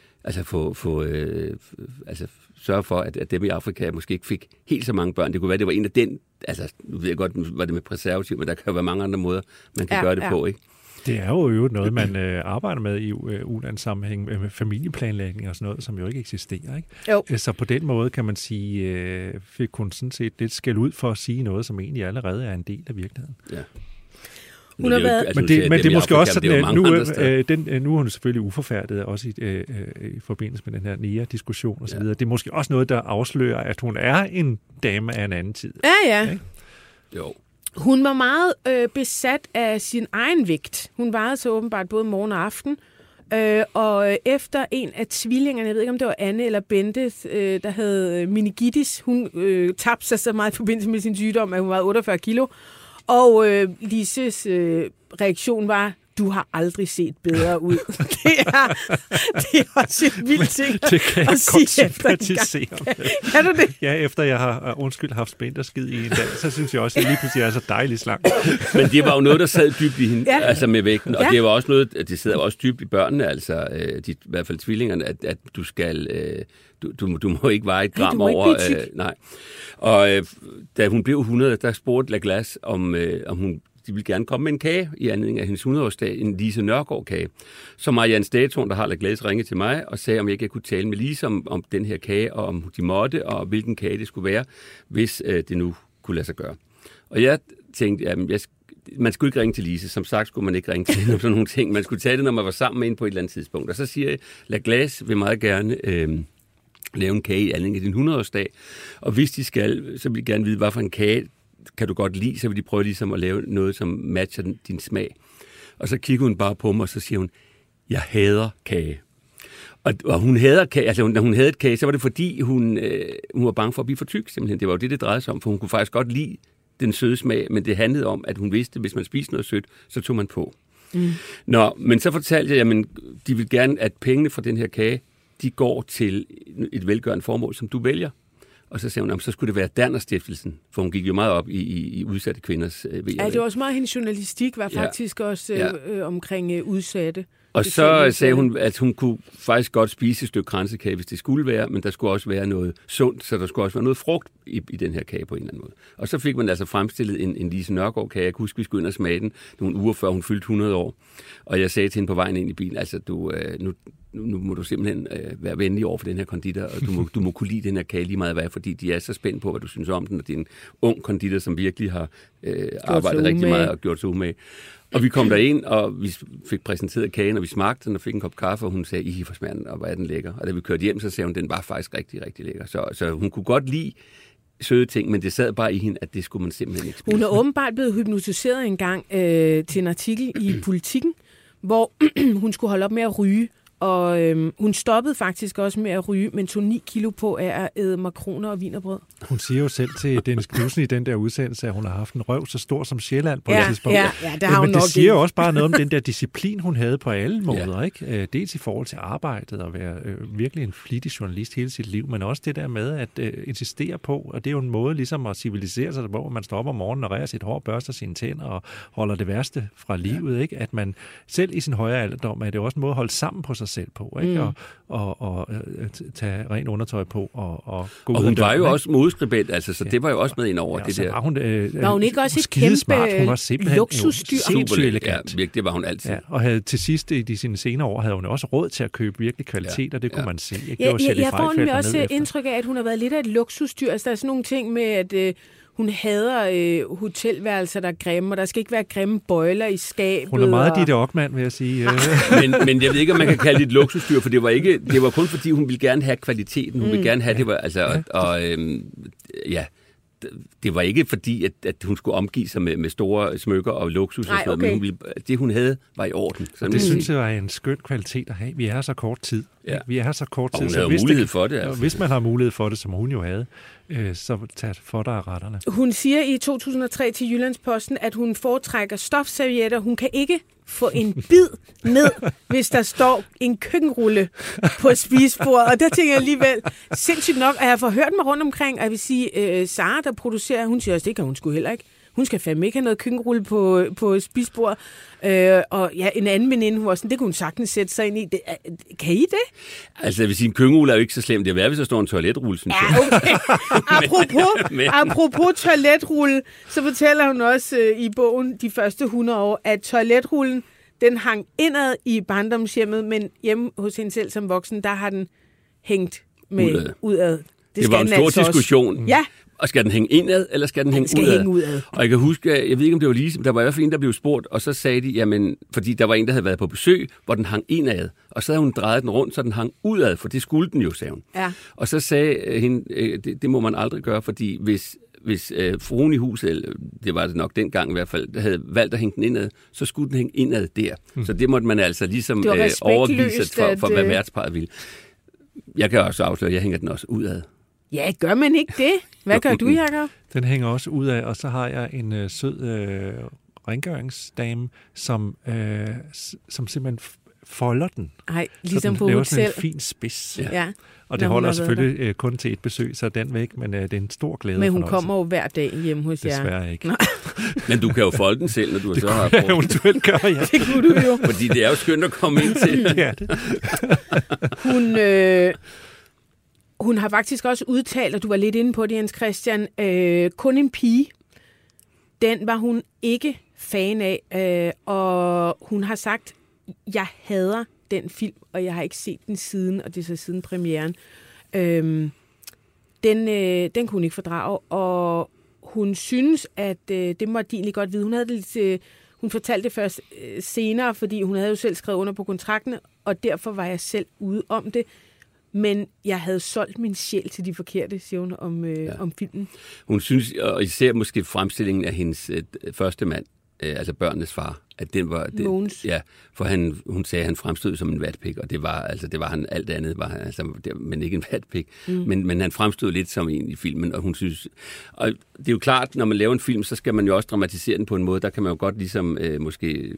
sørge for, at dem i Afrika måske ikke fik helt så mange børn. Det kunne være, det var en af den, altså nu ved jeg godt, nu var det med preservativ, men der kan jo være mange andre måder, man kan gøre det på, ikke? Det er jo øvrigt noget, man arbejder med i ulandssammenhæng med familieplanlægning og sådan noget, som jo ikke eksisterer. Ikke? Jo. Så på den måde kan man sige, fik hun sådan set lidt skæld ud for at sige noget, som egentlig allerede er en del af virkeligheden. Ja. Hun har været... Men det er måske også sådan, nu er hun selvfølgelig uforfærdet, også i forbindelse med den her nære-diskussion og så videre. Det er måske også noget, der afslører, at hun er en dame af en anden tid. Ja. Ikke? Jo. Hun var meget besat af sin egen vægt. Hun vejede så åbenbart både morgen og aften. Og efter en af tvillingerne, jeg ved ikke om det var Anne eller Bente, der havde meningitis, hun tabte sig så meget i forbindelse med sin sygdom, at hun var 48 kilo. Og Lises reaktion var, du har aldrig set bedre ud. Det er også en vild ting det kan jeg godt sympatisere med. Kan du det? Ja, efter jeg har haft spænderskid i en dag, så synes jeg også, at lige pludselig er så dejligt slank. Men det var jo noget, der sad dybt i hende, altså med vægten. Og det var også noget, det sidder også dybt i børnene, altså i hvert fald tvillingerne, at du skal... Du må ikke veje et gram over... nej. Og da hun blev 100, der spurgte Laglas, om de ville gerne komme med en kage i anledning af hendes 100-årsdag, en Lise Nørgaard-kage. Så Marianne Stagetorn, der har Laglas, ringede til mig og sagde, om jeg ikke kunne tale med Lise om den her kage, og om de måtte, og hvilken kage det skulle være, hvis det nu kunne lade sig gøre. Og jeg tænkte, jamen, man skulle ikke ringe til Lise. Som sagt skulle man ikke ringe til sådan nogle ting. Man skulle tage det, når man var sammen med hende på et eller andet tidspunkt. Og så siger jeg, La Glace vil meget gerne lave en kage i anledning af din 100-årsdag. Og hvis de skal, så vil de gerne vide, hvad for en kage kan du godt lide. Så vil de prøve ligesom at lave noget, som matcher din smag. Og så kigger hun bare på mig, og så siger hun, jeg hader kage. Og hun hader kage, altså når hun havde et kage, så var det fordi, hun var bange for at blive for tyk, simpelthen. Det var jo det drejede sig om, for hun kunne faktisk godt lide den søde smag, men det handlede om, at hun vidste, at hvis man spiste noget sødt, så tog man på. Nå, men så fortalte jeg, at de vil gerne, at pengene fra den her kage, de går til et velgørende formål, som du vælger. Og så sagde hun, så skulle det være Danner-stiftelsen, for hun gik jo meget op i udsatte kvinders ved. Ja, det var også meget, hendes journalistik var faktisk også omkring udsatte. Og så sagde hun, at hun kunne faktisk godt spise et stykke kransekage, hvis det skulle være, men der skulle også være noget sundt, så der skulle også være noget frugt i den her kage på en eller anden måde. Og så fik man altså fremstillet en Lise Nørgaard-kage. Jeg kan huske, vi skulle ind og smage den nogle uger før hun fyldte 100 år. Og jeg sagde til hende på vejen ind i bilen, altså nu må du simpelthen være venlig over for den her konditor, og du må kunne lide den her kage lige meget hvad, fordi de er så spændt på, hvad du synes om den, og det er en ung konditor, som virkelig har arbejdet rigtig meget og gjort sig umage. Og vi kom derind, og vi fik præsenteret kagen, og vi smagte den, og fik en kop kaffe, og hun sagde, I for smerten, og hvor er den lækker. Og da vi kørte hjem, så sagde hun, den var faktisk rigtig, rigtig lækker. Så hun kunne godt lide søde ting, men det sad bare i hende, at det skulle man simpelthen ikke spise. Hun er åbenbart blevet hypnotiseret engang til en artikel i Politikken, hvor hun skulle holde op med at ryge. Og hun stoppede faktisk også med at ryge, men tog 9 kilo på af at æde makroner og wienerbrød. Hun siger jo selv til Dennis Knudsen i den der udsendelse, at hun har haft en røv så stor som Sjælland på et tidspunkt. Ja, det har hun men nok det siger jo også bare noget om den der disciplin, hun havde på alle måder. Ikke? Dels i forhold til arbejdet og være virkelig en flittig journalist hele sit liv, men også det der med at insistere på, og det er jo en måde ligesom at civilisere sig, hvor man står op om morgenen og rærer sit hår, børster sine tænder og holder det værste fra livet. Ikke? At man selv i sin højere alderdom, er det også en måde at holde sammen på sig selv på, ikke? Og tage ren undertøj på og gå ud. Og hun var jo også modeskribent, altså, så det var jo også med ind over det der. Var hun ikke også et kæmpe luksusdyr? Det var hun altid. Ja, og havde til sidst i sine senere år, havde hun også råd til at købe virkelig kvalitet, og det kunne man se. Jeg får nemlig også indtryk af, at hun har været lidt af et luksusdyr. Altså, der er sådan nogle ting med, at hun hader hotelværelser, der er grimme, og der skal ikke være grimme bøjler i skabet. Hun er meget Ditte Okman, vil jeg sige. men jeg ved ikke, om man kan kalde det et luksusdyr, for det var kun fordi, hun ville gerne have kvaliteten. Hun ville gerne have det, var, altså, det var ikke fordi, at hun skulle omgive sig med store smykker og luksus, og sådan noget, men det, hun havde, var i orden. Og det synes jeg er en skøn kvalitet at have. Vi er her så kort tid. Ja. Vi er her så kort tid. Og hun havde mulighed for det. Altså. Hvis man har mulighed for det, som hun jo havde, så tag for dig af retterne. Hun siger i 2003 til Jyllandsposten, at hun foretrækker stofservietter. Hun kan ikke få en bid ned, hvis der står en køkkenrulle på spisebordet. Og der tænker jeg alligevel, sindssygt nok, at jeg får hørt mig rundt omkring, og jeg vil sige, Sara, der producerer, hun siger også, det kan hun sgu heller ikke. Hun skal fandme ikke have noget køkkenrulle på spisebordet. Og ja, en anden veninde, hun var sådan, det kunne hun sagtens sætte sig ind i. Kan I det? Altså, jeg vil sige, en køkkenrulle er jo ikke så slemt. Det er værd, hvis der står en toiletrulle, synes jeg. Okay. Apropos toiletrulle, så fortæller hun også i bogen de første 100 år, at toiletrullen, den hang indad i barndomshjemmet, men hjemme hos hende selv som voksen, der har den hængt med udad. Det var en stor diskussion. Ja. Og skal den hænge indad, eller skal den hænge udad? Og jeg kan huske, jeg ved ikke, om det var Lise, men der var i hvert fald en, der blev spurgt, og så sagde de, jamen, fordi der var en, der havde været på besøg, hvor den hang indad, og så havde hun drejet den rundt, så den hang udad, for det skulle den jo, sagde hun. Ja. Og så sagde hende, det må man aldrig gøre, fordi hvis fruen i huset, det var det nok dengang i hvert fald, havde valgt at hænge den indad, så skulle den hænge indad der. Så det måtte man altså ligesom overgive sig for hvad værtsparret ville. Jeg kan også afsløre, at jeg hænger den også udad. Ja, gør man ikke det? Hvad gør du, Jacob? Den hænger også ud af, og så har jeg en sød rengøringsdame, som simpelthen folder den. Ej, ligesom på hotel. hotel. Sådan en fin spids. Ja. Og det holder selvfølgelig kun til et besøg, så den væk, men det er en stor glæde. Men hun kommer jo hver dag hjem hos jer. Desværre ikke. Men du kan jo folde den selv, når du så har prøvet. Eventuelt gør jeg. Det kunne du jo. Fordi det er jo skønt at komme ind til. Ja, det. Hun har faktisk også udtalt, og du var lidt inde på det, Jens Christian, kun en pige. Den var hun ikke fan af, og hun har sagt, jeg hader den film, og jeg har ikke set den siden, og det er så siden premieren. Den kunne hun ikke fordrage, og hun synes, at det måtte de egentlig godt vide. Hun havde det lidt, hun fortalte det først senere, fordi hun havde jo selv skrevet under på kontrakten, og derfor var jeg selv ude om det. Men jeg havde solgt min sjæl til de forkerte, siger hun om filmen. Hun synes, og især måske fremstillingen af hendes første mand, altså børnenes far, at den var... Mogens. Ja, for hun sagde, at han fremstod som en vatpik, og det var han, alt andet var han, altså, men ikke en vatpik. Men han fremstod lidt som en i filmen, og hun synes... Og det er jo klart, når man laver en film, så skal man jo også dramatisere den på en måde. Der kan man jo godt ligesom måske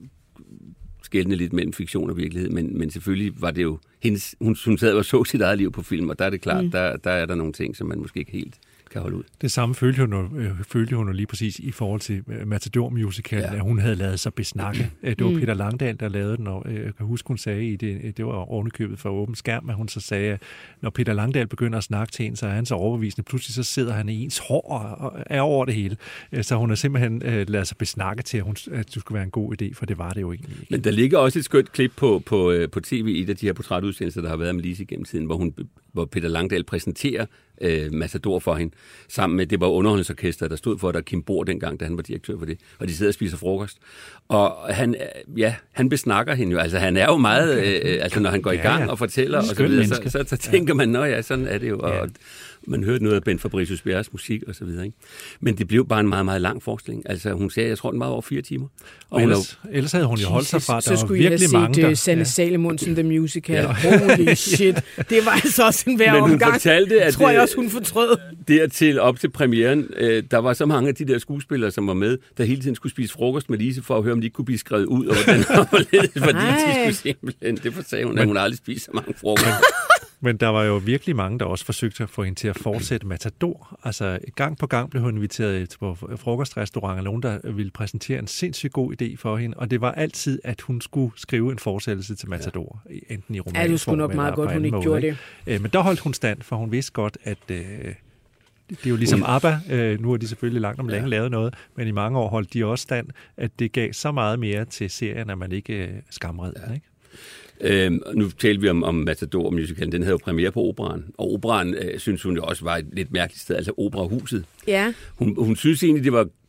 skelne lidt mellem fiktion og virkelighed, men selvfølgelig var det jo hendes... Hun sad og så sit eget liv på film, og der er det klart, der er der nogle ting, som man måske ikke helt kan holde ud. Det samme følte hun jo lige præcis i forhold til Matador-musicalen, at hun havde lavet sig besnakke. Det var Peter Langdal, der lavede den, og jeg kan huske, hun sagde i det var ovenikøbet for åben skærm, at hun så sagde, at når Peter Langdal begynder at snakke til en, så er han så overbevisende. Pludselig så sidder han i ens hår og er over det hele. Så hun har simpelthen lavet sig besnakke til, at det skulle være en god idé, for det var det jo egentlig ikke. Men der ligger også et skønt klip på tv i et af de her portrætudsendelser, der har været med Lise gennem tiden, hvor Peter Langdal præsenterer Matador for hende, sammen med, det var underholdningsorkester, der stod for, der Kim Bohr dengang, da han var direktør for det, og de sidder og spiser frokost. Og han besnakker hende jo, altså han er jo meget, altså når han går i gang og fortæller, og så videre, så tænker man, nå ja, sådan er det jo, og man hørte noget af Ben Fabricius Bjerres musik og så videre, ikke? Men det blev bare en meget, meget lang forestilling. Altså hun sagde, jeg tror, den var over 4 timer. Og ellers havde hun jo holdt sig fra, så skulle jeg have set Sanne Salomonsen The Musical. Holy shit. Det var altså også en værre omgang. Men hun fortalte, at tror jeg også, hun fortrød. Dertil op til premieren, der var så mange af de der skuespillere, som var med, der hele tiden skulle spise frokost med Lise, for at høre, om de ikke kunne blive skrevet ud, og hvordan det var ledet, fordi de skulle simpelthen, det sagde hun, at hun aldrig spiste så mange frokost. Men der var jo virkelig mange, der også forsøgte at få hende til at fortsætte Matador. Altså gang på gang blev hun inviteret på frokostrestaurant, eller nogen, der ville præsentere en sindssygt god idé for hende. Og det var altid, at hun skulle skrive en fortsættelse til Matador, enten i romanform. Ja, det skulle nok meget godt, hun ikke gjorde det. Men der holdt hun stand, for hun vidste godt, at det er jo ligesom ABBA. Nu har de selvfølgelig langt om længe lavet noget, men i mange år holdt de også stand, at det gav så meget mere til serien, at man ikke skamred den, ikke? Nu talte vi om Matador-musicalen. Den havde jo premiere på Operaen. Og Operaen synes hun jo også var et lidt mærkeligt sted, altså Operahuset. Ja. Hun synes egentlig, det var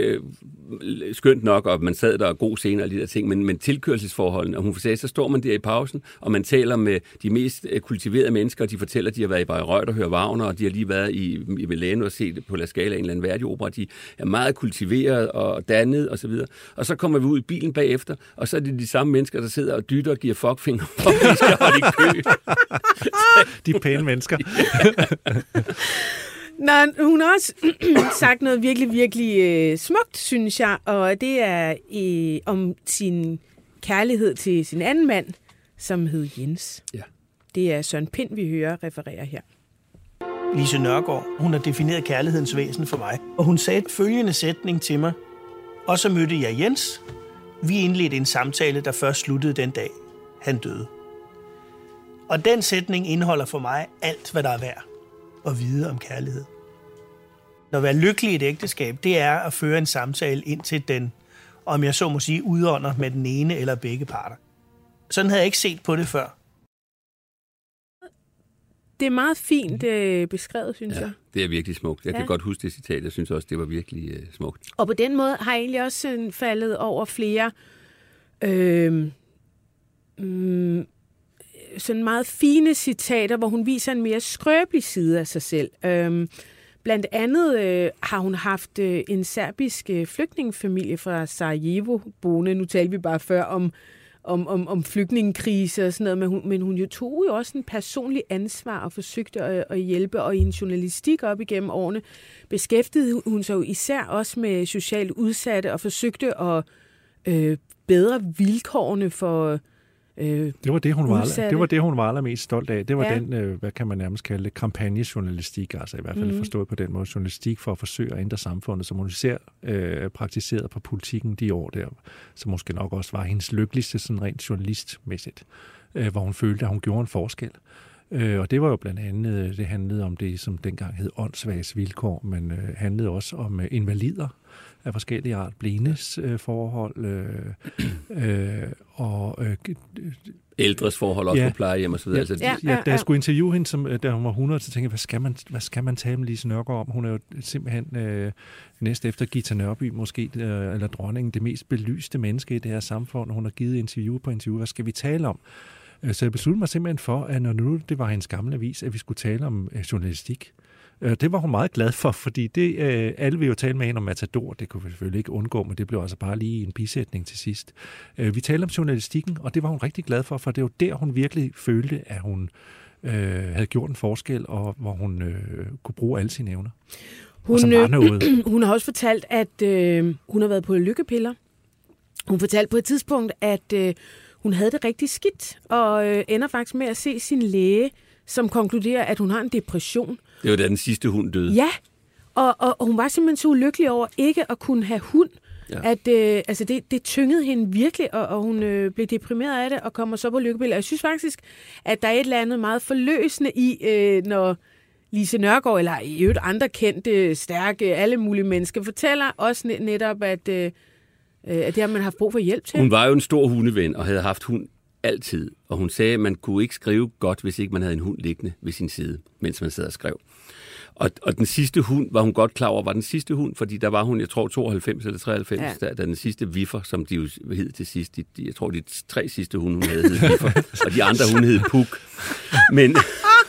skønt nok, og man sad der og god scener og de der ting, men tilkørselsforholdene, og hun sagde, så står man der i pausen, og man taler med de mest kultiverede mennesker, og de fortæller, at de har været i Bayreuth og hørt Wagner, og de har lige været i Milano og set på La Scala, en eller anden Verdi-opera. De er meget kultiveret og dannet og så videre. Og så kommer vi ud i bilen bagefter, og så er det de samme mennesker, der sidder og dytter og giver fuckfinger, og de skal holde i kø. De pæne mennesker. Nå, hun har også sagt noget virkelig, virkelig smukt, synes jeg, og det er om sin kærlighed til sin anden mand, som hed Jens. Ja. Det er Søren Pind, vi hører referere her. Lise Nørgaard, hun har defineret kærlighedens væsen for mig, og hun sagde følgende sætning til mig. Og så mødte jeg Jens. Vi indledte en samtale, der først sluttede den dag, han døde. Og den sætning indeholder for mig alt, hvad der er værd at vide om kærlighed. At være lykkelig i et ægteskab, det er at føre en samtale ind til den, om jeg så må sige, udånder med den ene eller begge parter. Sådan havde jeg ikke set på det før. Det er meget fint beskrevet, synes jeg. Det er virkelig smukt. Jeg kan godt huske det citat. Jeg synes også, det var virkelig smukt. Og på den måde har jeg egentlig også faldet over flere sådan meget fine citater, hvor hun viser en mere skrøbelig side af sig selv. Blandt andet har hun haft en serbisk flygtningefamilie fra Sarajevo boende. Nu talte vi bare før om flygtningekrise og sådan noget, men hun tog jo også en personlig ansvar og forsøgte at hjælpe, og i en journalistik op igennem årene beskæftigede hun sig jo især også med socialt udsatte og forsøgte at bedre vilkårene for det var det, hun var allermest stolt af. Det var den, hvad kan man nærmest kalde det, kampagnejournalistik, altså i hvert fald forstået på den måde, journalistik for at forsøge at ændre samfundet, som hun især praktiserede på politikken de år der, som måske nok også var hendes lykkeligste sådan rent journalistmæssigt, hvor hun følte, at hun gjorde en forskel. Og det var jo blandt andet, det handlede om det, som dengang hed åndssvages vilkår, men handlede også om invalider. af forskellige art. Blindes forhold og ældres forhold også på plejehjem og så videre. Da jeg skulle interviewe hende, da hun var 100, så tænkte jeg, hvad skal man tale med Lise Nørgaard om? Hun er jo simpelthen næste efter Gita Nørby måske, eller dronningen, det mest belyste menneske i det her samfund. Hun har givet interview på interview. Hvad skal vi tale om? Så jeg besluttede mig simpelthen for, at når nu det var hendes gamle avis, at vi skulle tale om journalistik. Det var hun meget glad for, fordi alle vil jo tale med hende om Matador, det kunne vi selvfølgelig ikke undgå, men det blev altså bare lige en bisætning til sidst. Vi talte om journalistikken, og det var hun rigtig glad for det var der, hun virkelig følte, at hun havde gjort en forskel, og hvor hun kunne bruge alle sine evner. Hun har også fortalt, at hun har været på lykkepiller. Hun fortalte på et tidspunkt, at hun havde det rigtig skidt, og ender faktisk med at se sin læge, som konkluderer, at hun har en depression. Det var da den sidste hund døde. Ja, og hun var simpelthen så ulykkelig over ikke at kunne have hund, at det tyngede hende virkelig, og hun blev deprimeret af det, og kommer så på lykkepiller. Jeg synes faktisk, at der er et eller andet meget forløsende i, når Lise Nørgaard, eller i øvrigt andre kendte, stærke, alle mulige mennesker, fortæller også netop, at det har man haft brug for hjælp til. Hun var jo en stor hundeven, og havde haft hund altid. Og hun sagde, at man kunne ikke skrive godt, hvis ikke man havde en hund liggende ved sin side, mens man sad og skrev. Og den sidste hund var hun godt klar over, var den sidste hund, fordi der var hun, jeg tror, 92 eller 93, da den sidste Wiffer, som de jo hed til sidst. Jeg tror, de 3 sidste hunde, hun havde hed Wiffer, og de andre hunde hed Puk. Men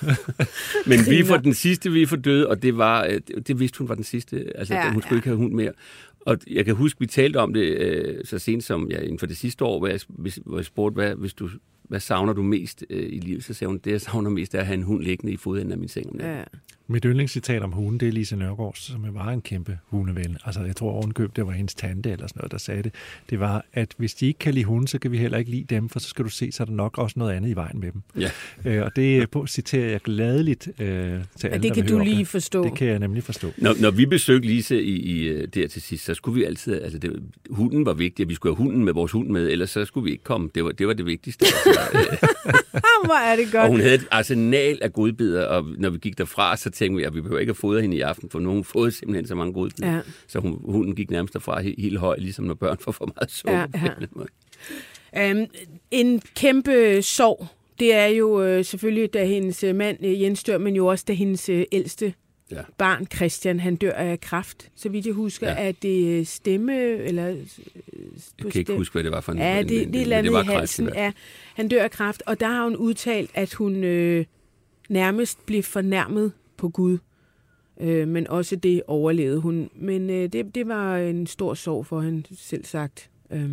Wiffer, den sidste Wiffer døde, og det vidste hun var den sidste. Altså, hun skulle ikke have hund mere. Og jeg kan huske, vi talte om det så sent som inden for det sidste år, hvor jeg spurgte, hvad savner du mest i livet? Så sagde hun, det jeg savner mest er at have en hund liggende i fodenden af min seng. Ja. Mit yndlingscitat om hunden, det er Lise Nørgaard, som var en kæmpe hundeven. Altså, jeg tror ovenkøb, det var hendes tante eller sådan noget, der sagde det. Det var, at hvis de ikke kan lide hunde, så kan vi heller ikke lide dem, for så skal du se, så er der nok også noget andet i vejen med dem. Ja. Og det citerer jeg gladeligt til alle, det kan du lige forstå. Det kan jeg nemlig forstå. Når vi besøgte Lise der til sidst, så skulle vi altid, hunden var vigtig, at vi skulle have hunden med, vores hund med, ellers så skulle vi ikke komme. Det var det vigtigste. Hvor er det godt. Og hun havde et arsenal af godbidder, og når vi gik derfra, så tænkte vi, at vi behøver ikke at fodre hende i aften, for nogen fodrede simpelthen så mange godbidder. Ja. Så hunden gik nærmest derfra helt høj, ligesom når børn får for meget sukker. Ja. En kæmpe sorg, det er jo selvfølgelig, da hendes mand Jens dør, men jo også da hendes ældste barn, Christian, han dør af kræft. Så vidt jeg husker, at det stemme, eller... Jeg kan ikke huske, hvad det var for en... Ja, det landede i halsen. Ja, han dør af kræft, og der har hun udtalt, at hun nærmest blev fornærmet på Gud. Men også det overlevede hun. Men det var en stor sorg for hende, selv sagt.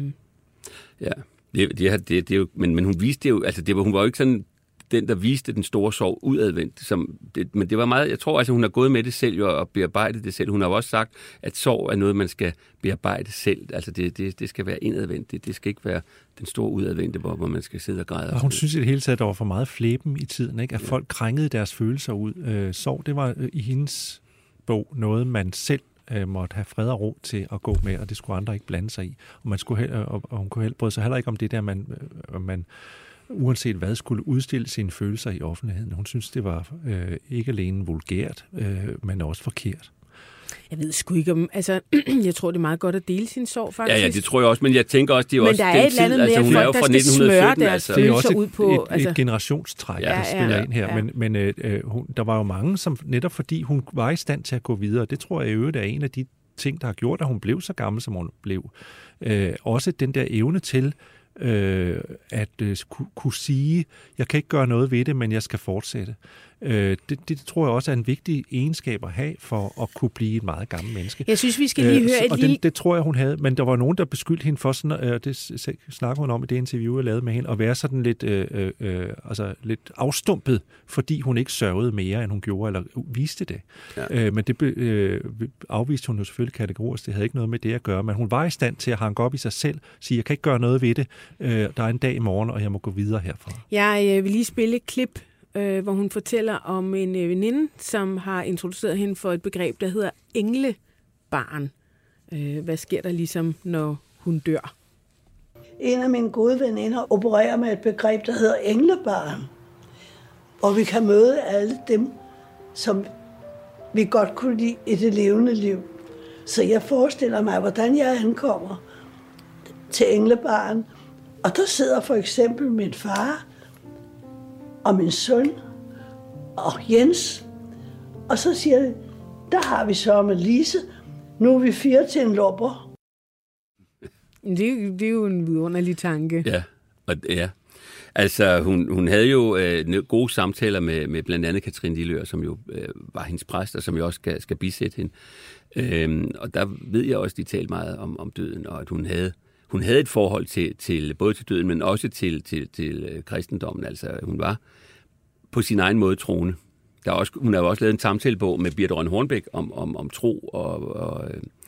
Ja, det er jo... Men hun viste det jo... Altså, hun var jo ikke sådan... Den, der viste den store sorg udadvendt. Men det var meget... Jeg tror, hun har gået med det selv og bearbejdet det selv. Hun har også sagt, at sorg er noget, man skal bearbejde selv. Altså, det skal være indadvendt. Det skal ikke være den store udadvendte, hvor man skal sidde og græde. Og hun synes i det hele taget, der var for meget flæben i tiden, ikke? At folk krængede deres følelser ud. Sorg, det var i hendes bog noget, man selv måtte have fred og ro til at gå med, og det skulle andre ikke blande sig i. Og hun kunne bryde sig heller ikke om det der, man uanset hvad, skulle udstille sine følelser i offentligheden. Hun synes, det var ikke alene vulgært, men også forkert. Jeg ved sgu ikke om... Altså, jeg tror, det er meget godt at dele sin sorg, faktisk. Ja, det tror jeg også, men jeg tænker også, det er men også der er et eller andet med, at folk, der skal smøre deres følelser ud på... Det er et generationstræk, der spiller ind her. Ja. Men der var jo mange, som netop fordi hun var i stand til at gå videre, det tror jeg i øvrigt er en af de ting, der har gjort, at hun blev så gammel, som hun blev. Også den der evne til at kunne sige, jeg kan ikke gøre noget ved det, men jeg skal fortsætte. Det tror jeg også er en vigtig egenskab at have for at kunne blive et meget gammelt menneske. Jeg synes, vi skal lige høre et lille... Det tror jeg, hun havde, men der var nogen, der beskyldte hende for sådan, det snakker hun om i det interview, jeg lavede med hende, at være sådan lidt afstumpet, fordi hun ikke sørgede mere, end hun gjorde, eller viste det. Ja. Men det afviste hun jo selvfølgelig kategorisk, det havde ikke noget med det at gøre, men hun var i stand til at hanke op i sig selv, sige, jeg kan ikke gøre noget ved det, der er en dag i morgen, og jeg må gå videre herfra. Jeg vil lige spille et klip, hvor hun fortæller om en veninde, som har introduceret hende for et begreb, der hedder englebarn. Hvad sker der ligesom, når hun dør? En af mine gode veninder opererer med et begreb, der hedder englebarn, hvor vi kan møde alle dem, som vi godt kunne lide i det levende liv. Så jeg forestiller mig, hvordan jeg ankommer til Englebaren. Og der sidder for eksempel min far og min søn og Jens. Og så siger de, der har vi så med Lise. Nu er vi 4 til en lopper. Det er jo en vidunderlig tanke. Ja, og ja. Altså, hun havde jo gode samtaler med blandt andet Katrine Lillør, som jo var hendes præst, og som jo også skal bisætte hende. Og der ved jeg også, de talte meget om døden, og at hun havde et forhold til både til døden, men også til kristendommen. Altså, hun var på sin egen måde troende. Hun har jo også lavet en samtalebog med Birthe Rønn Hornbæk om tro og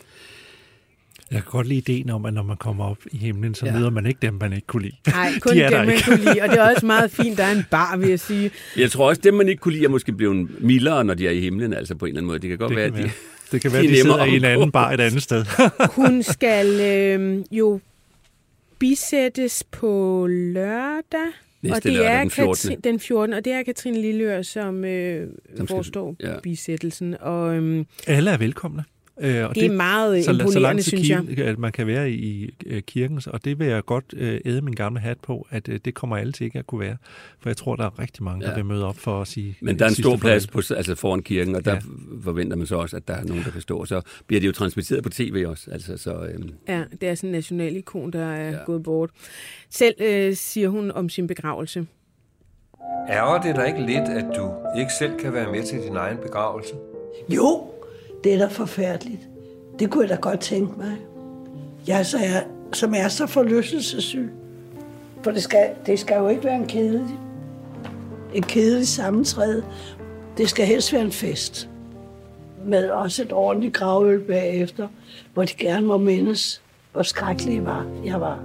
jeg kan godt lide ideen om, at når man kommer op i himlen, så møder man ikke dem, man ikke kunne lide. Nej, kun dem, man kunne lide. Og det er også meget fint, der er en bar, vil jeg sige. Jeg tror også, dem, man ikke kunne lide, er måske blevet mildere, når de er i himlen, altså på en eller anden måde. Det kan godt være, at det kan være, at de sidder i en anden bar et andet sted. Hun skal jo bisættes på lørdag. Næste og det lørdag, er den 14. Og det er Katrine Lillør, som forestår bisættelsen. Og, alle er velkomne. Og det er meget imponerende, synes jeg. At man kan være i kirken, og det vil jeg godt æde min gamle hat på, at det kommer alle til ikke at kunne være. For jeg tror, der er rigtig mange, der vil møde op for at sige... Men der er en stor plads foran kirken, og der forventer man så også, at der er nogen, der kan stå. Så bliver det jo transmitteret på tv også. Altså, så, Ja, det er sådan en national ikon, der er gået bort. Selv siger hun om sin begravelse. Ærger det dig ikke lidt, at du ikke selv kan være med til din egen begravelse? Jo, det er da forfærdeligt. Det kunne jeg da godt tænke mig. Jeg som er så forlystelsessyg. For det skal jo ikke være en kedelig sammentræde. Det skal helst være en fest. Med også et ordentligt gravøl bagefter, hvor de gerne må mindes, hvor skrækkelig jeg var.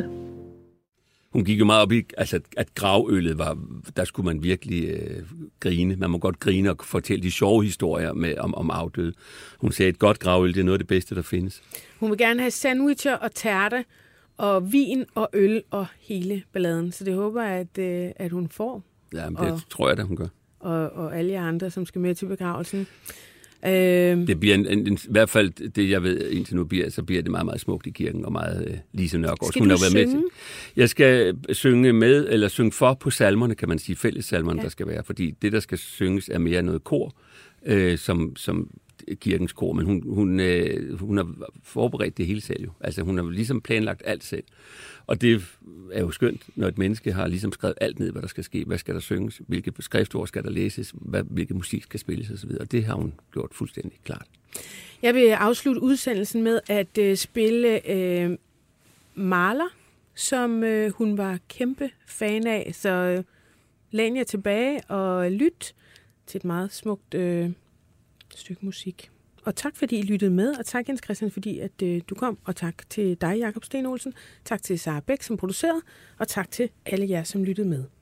Hun gik jo meget op i, altså, at gravøllet var, der skulle man virkelig grine. Man må godt grine og fortælle de sjove historier om afdøde. Hun sagde, at et godt gravøl, det er noget af det bedste, der findes. Hun vil gerne have sandwicher og tærte og vin og øl og hele balladen. Så det håber jeg, at hun får. Ja, men det tror jeg da, hun gør. Og alle jer andre, som skal med til begravelsen. Det bliver i hvert fald det, jeg ved indtil nu, så bliver det meget, meget smukt i kirken, og meget Lise Nørgaard. Skal du synge? Med. Jeg skal synge med, eller synge for på salmerne, kan man sige, fællessalmerne, der skal være, fordi det, der skal synges, er mere noget kor, som kirkens kor, men hun har forberedt det hele selv jo. Altså hun har ligesom planlagt alt selv. Og det er jo skønt, når et menneske har ligesom skrevet alt ned, hvad der skal ske, hvad skal der synges, hvilke skriftord skal der læses, hvilke musik skal spilles osv. Og det har hun gjort fuldstændig klart. Jeg vil afslutte udsendelsen med at spille Mahler, som hun var kæmpe fan af. Så læn jer tilbage og lyt til et meget smukt stykke musik. Og tak, fordi I lyttede med, og tak, Jens Christian, fordi at du kom, og tak til dig, Jakob Sten Olsen, tak til Sara Bæk, som producerede, og tak til alle jer, som lyttede med.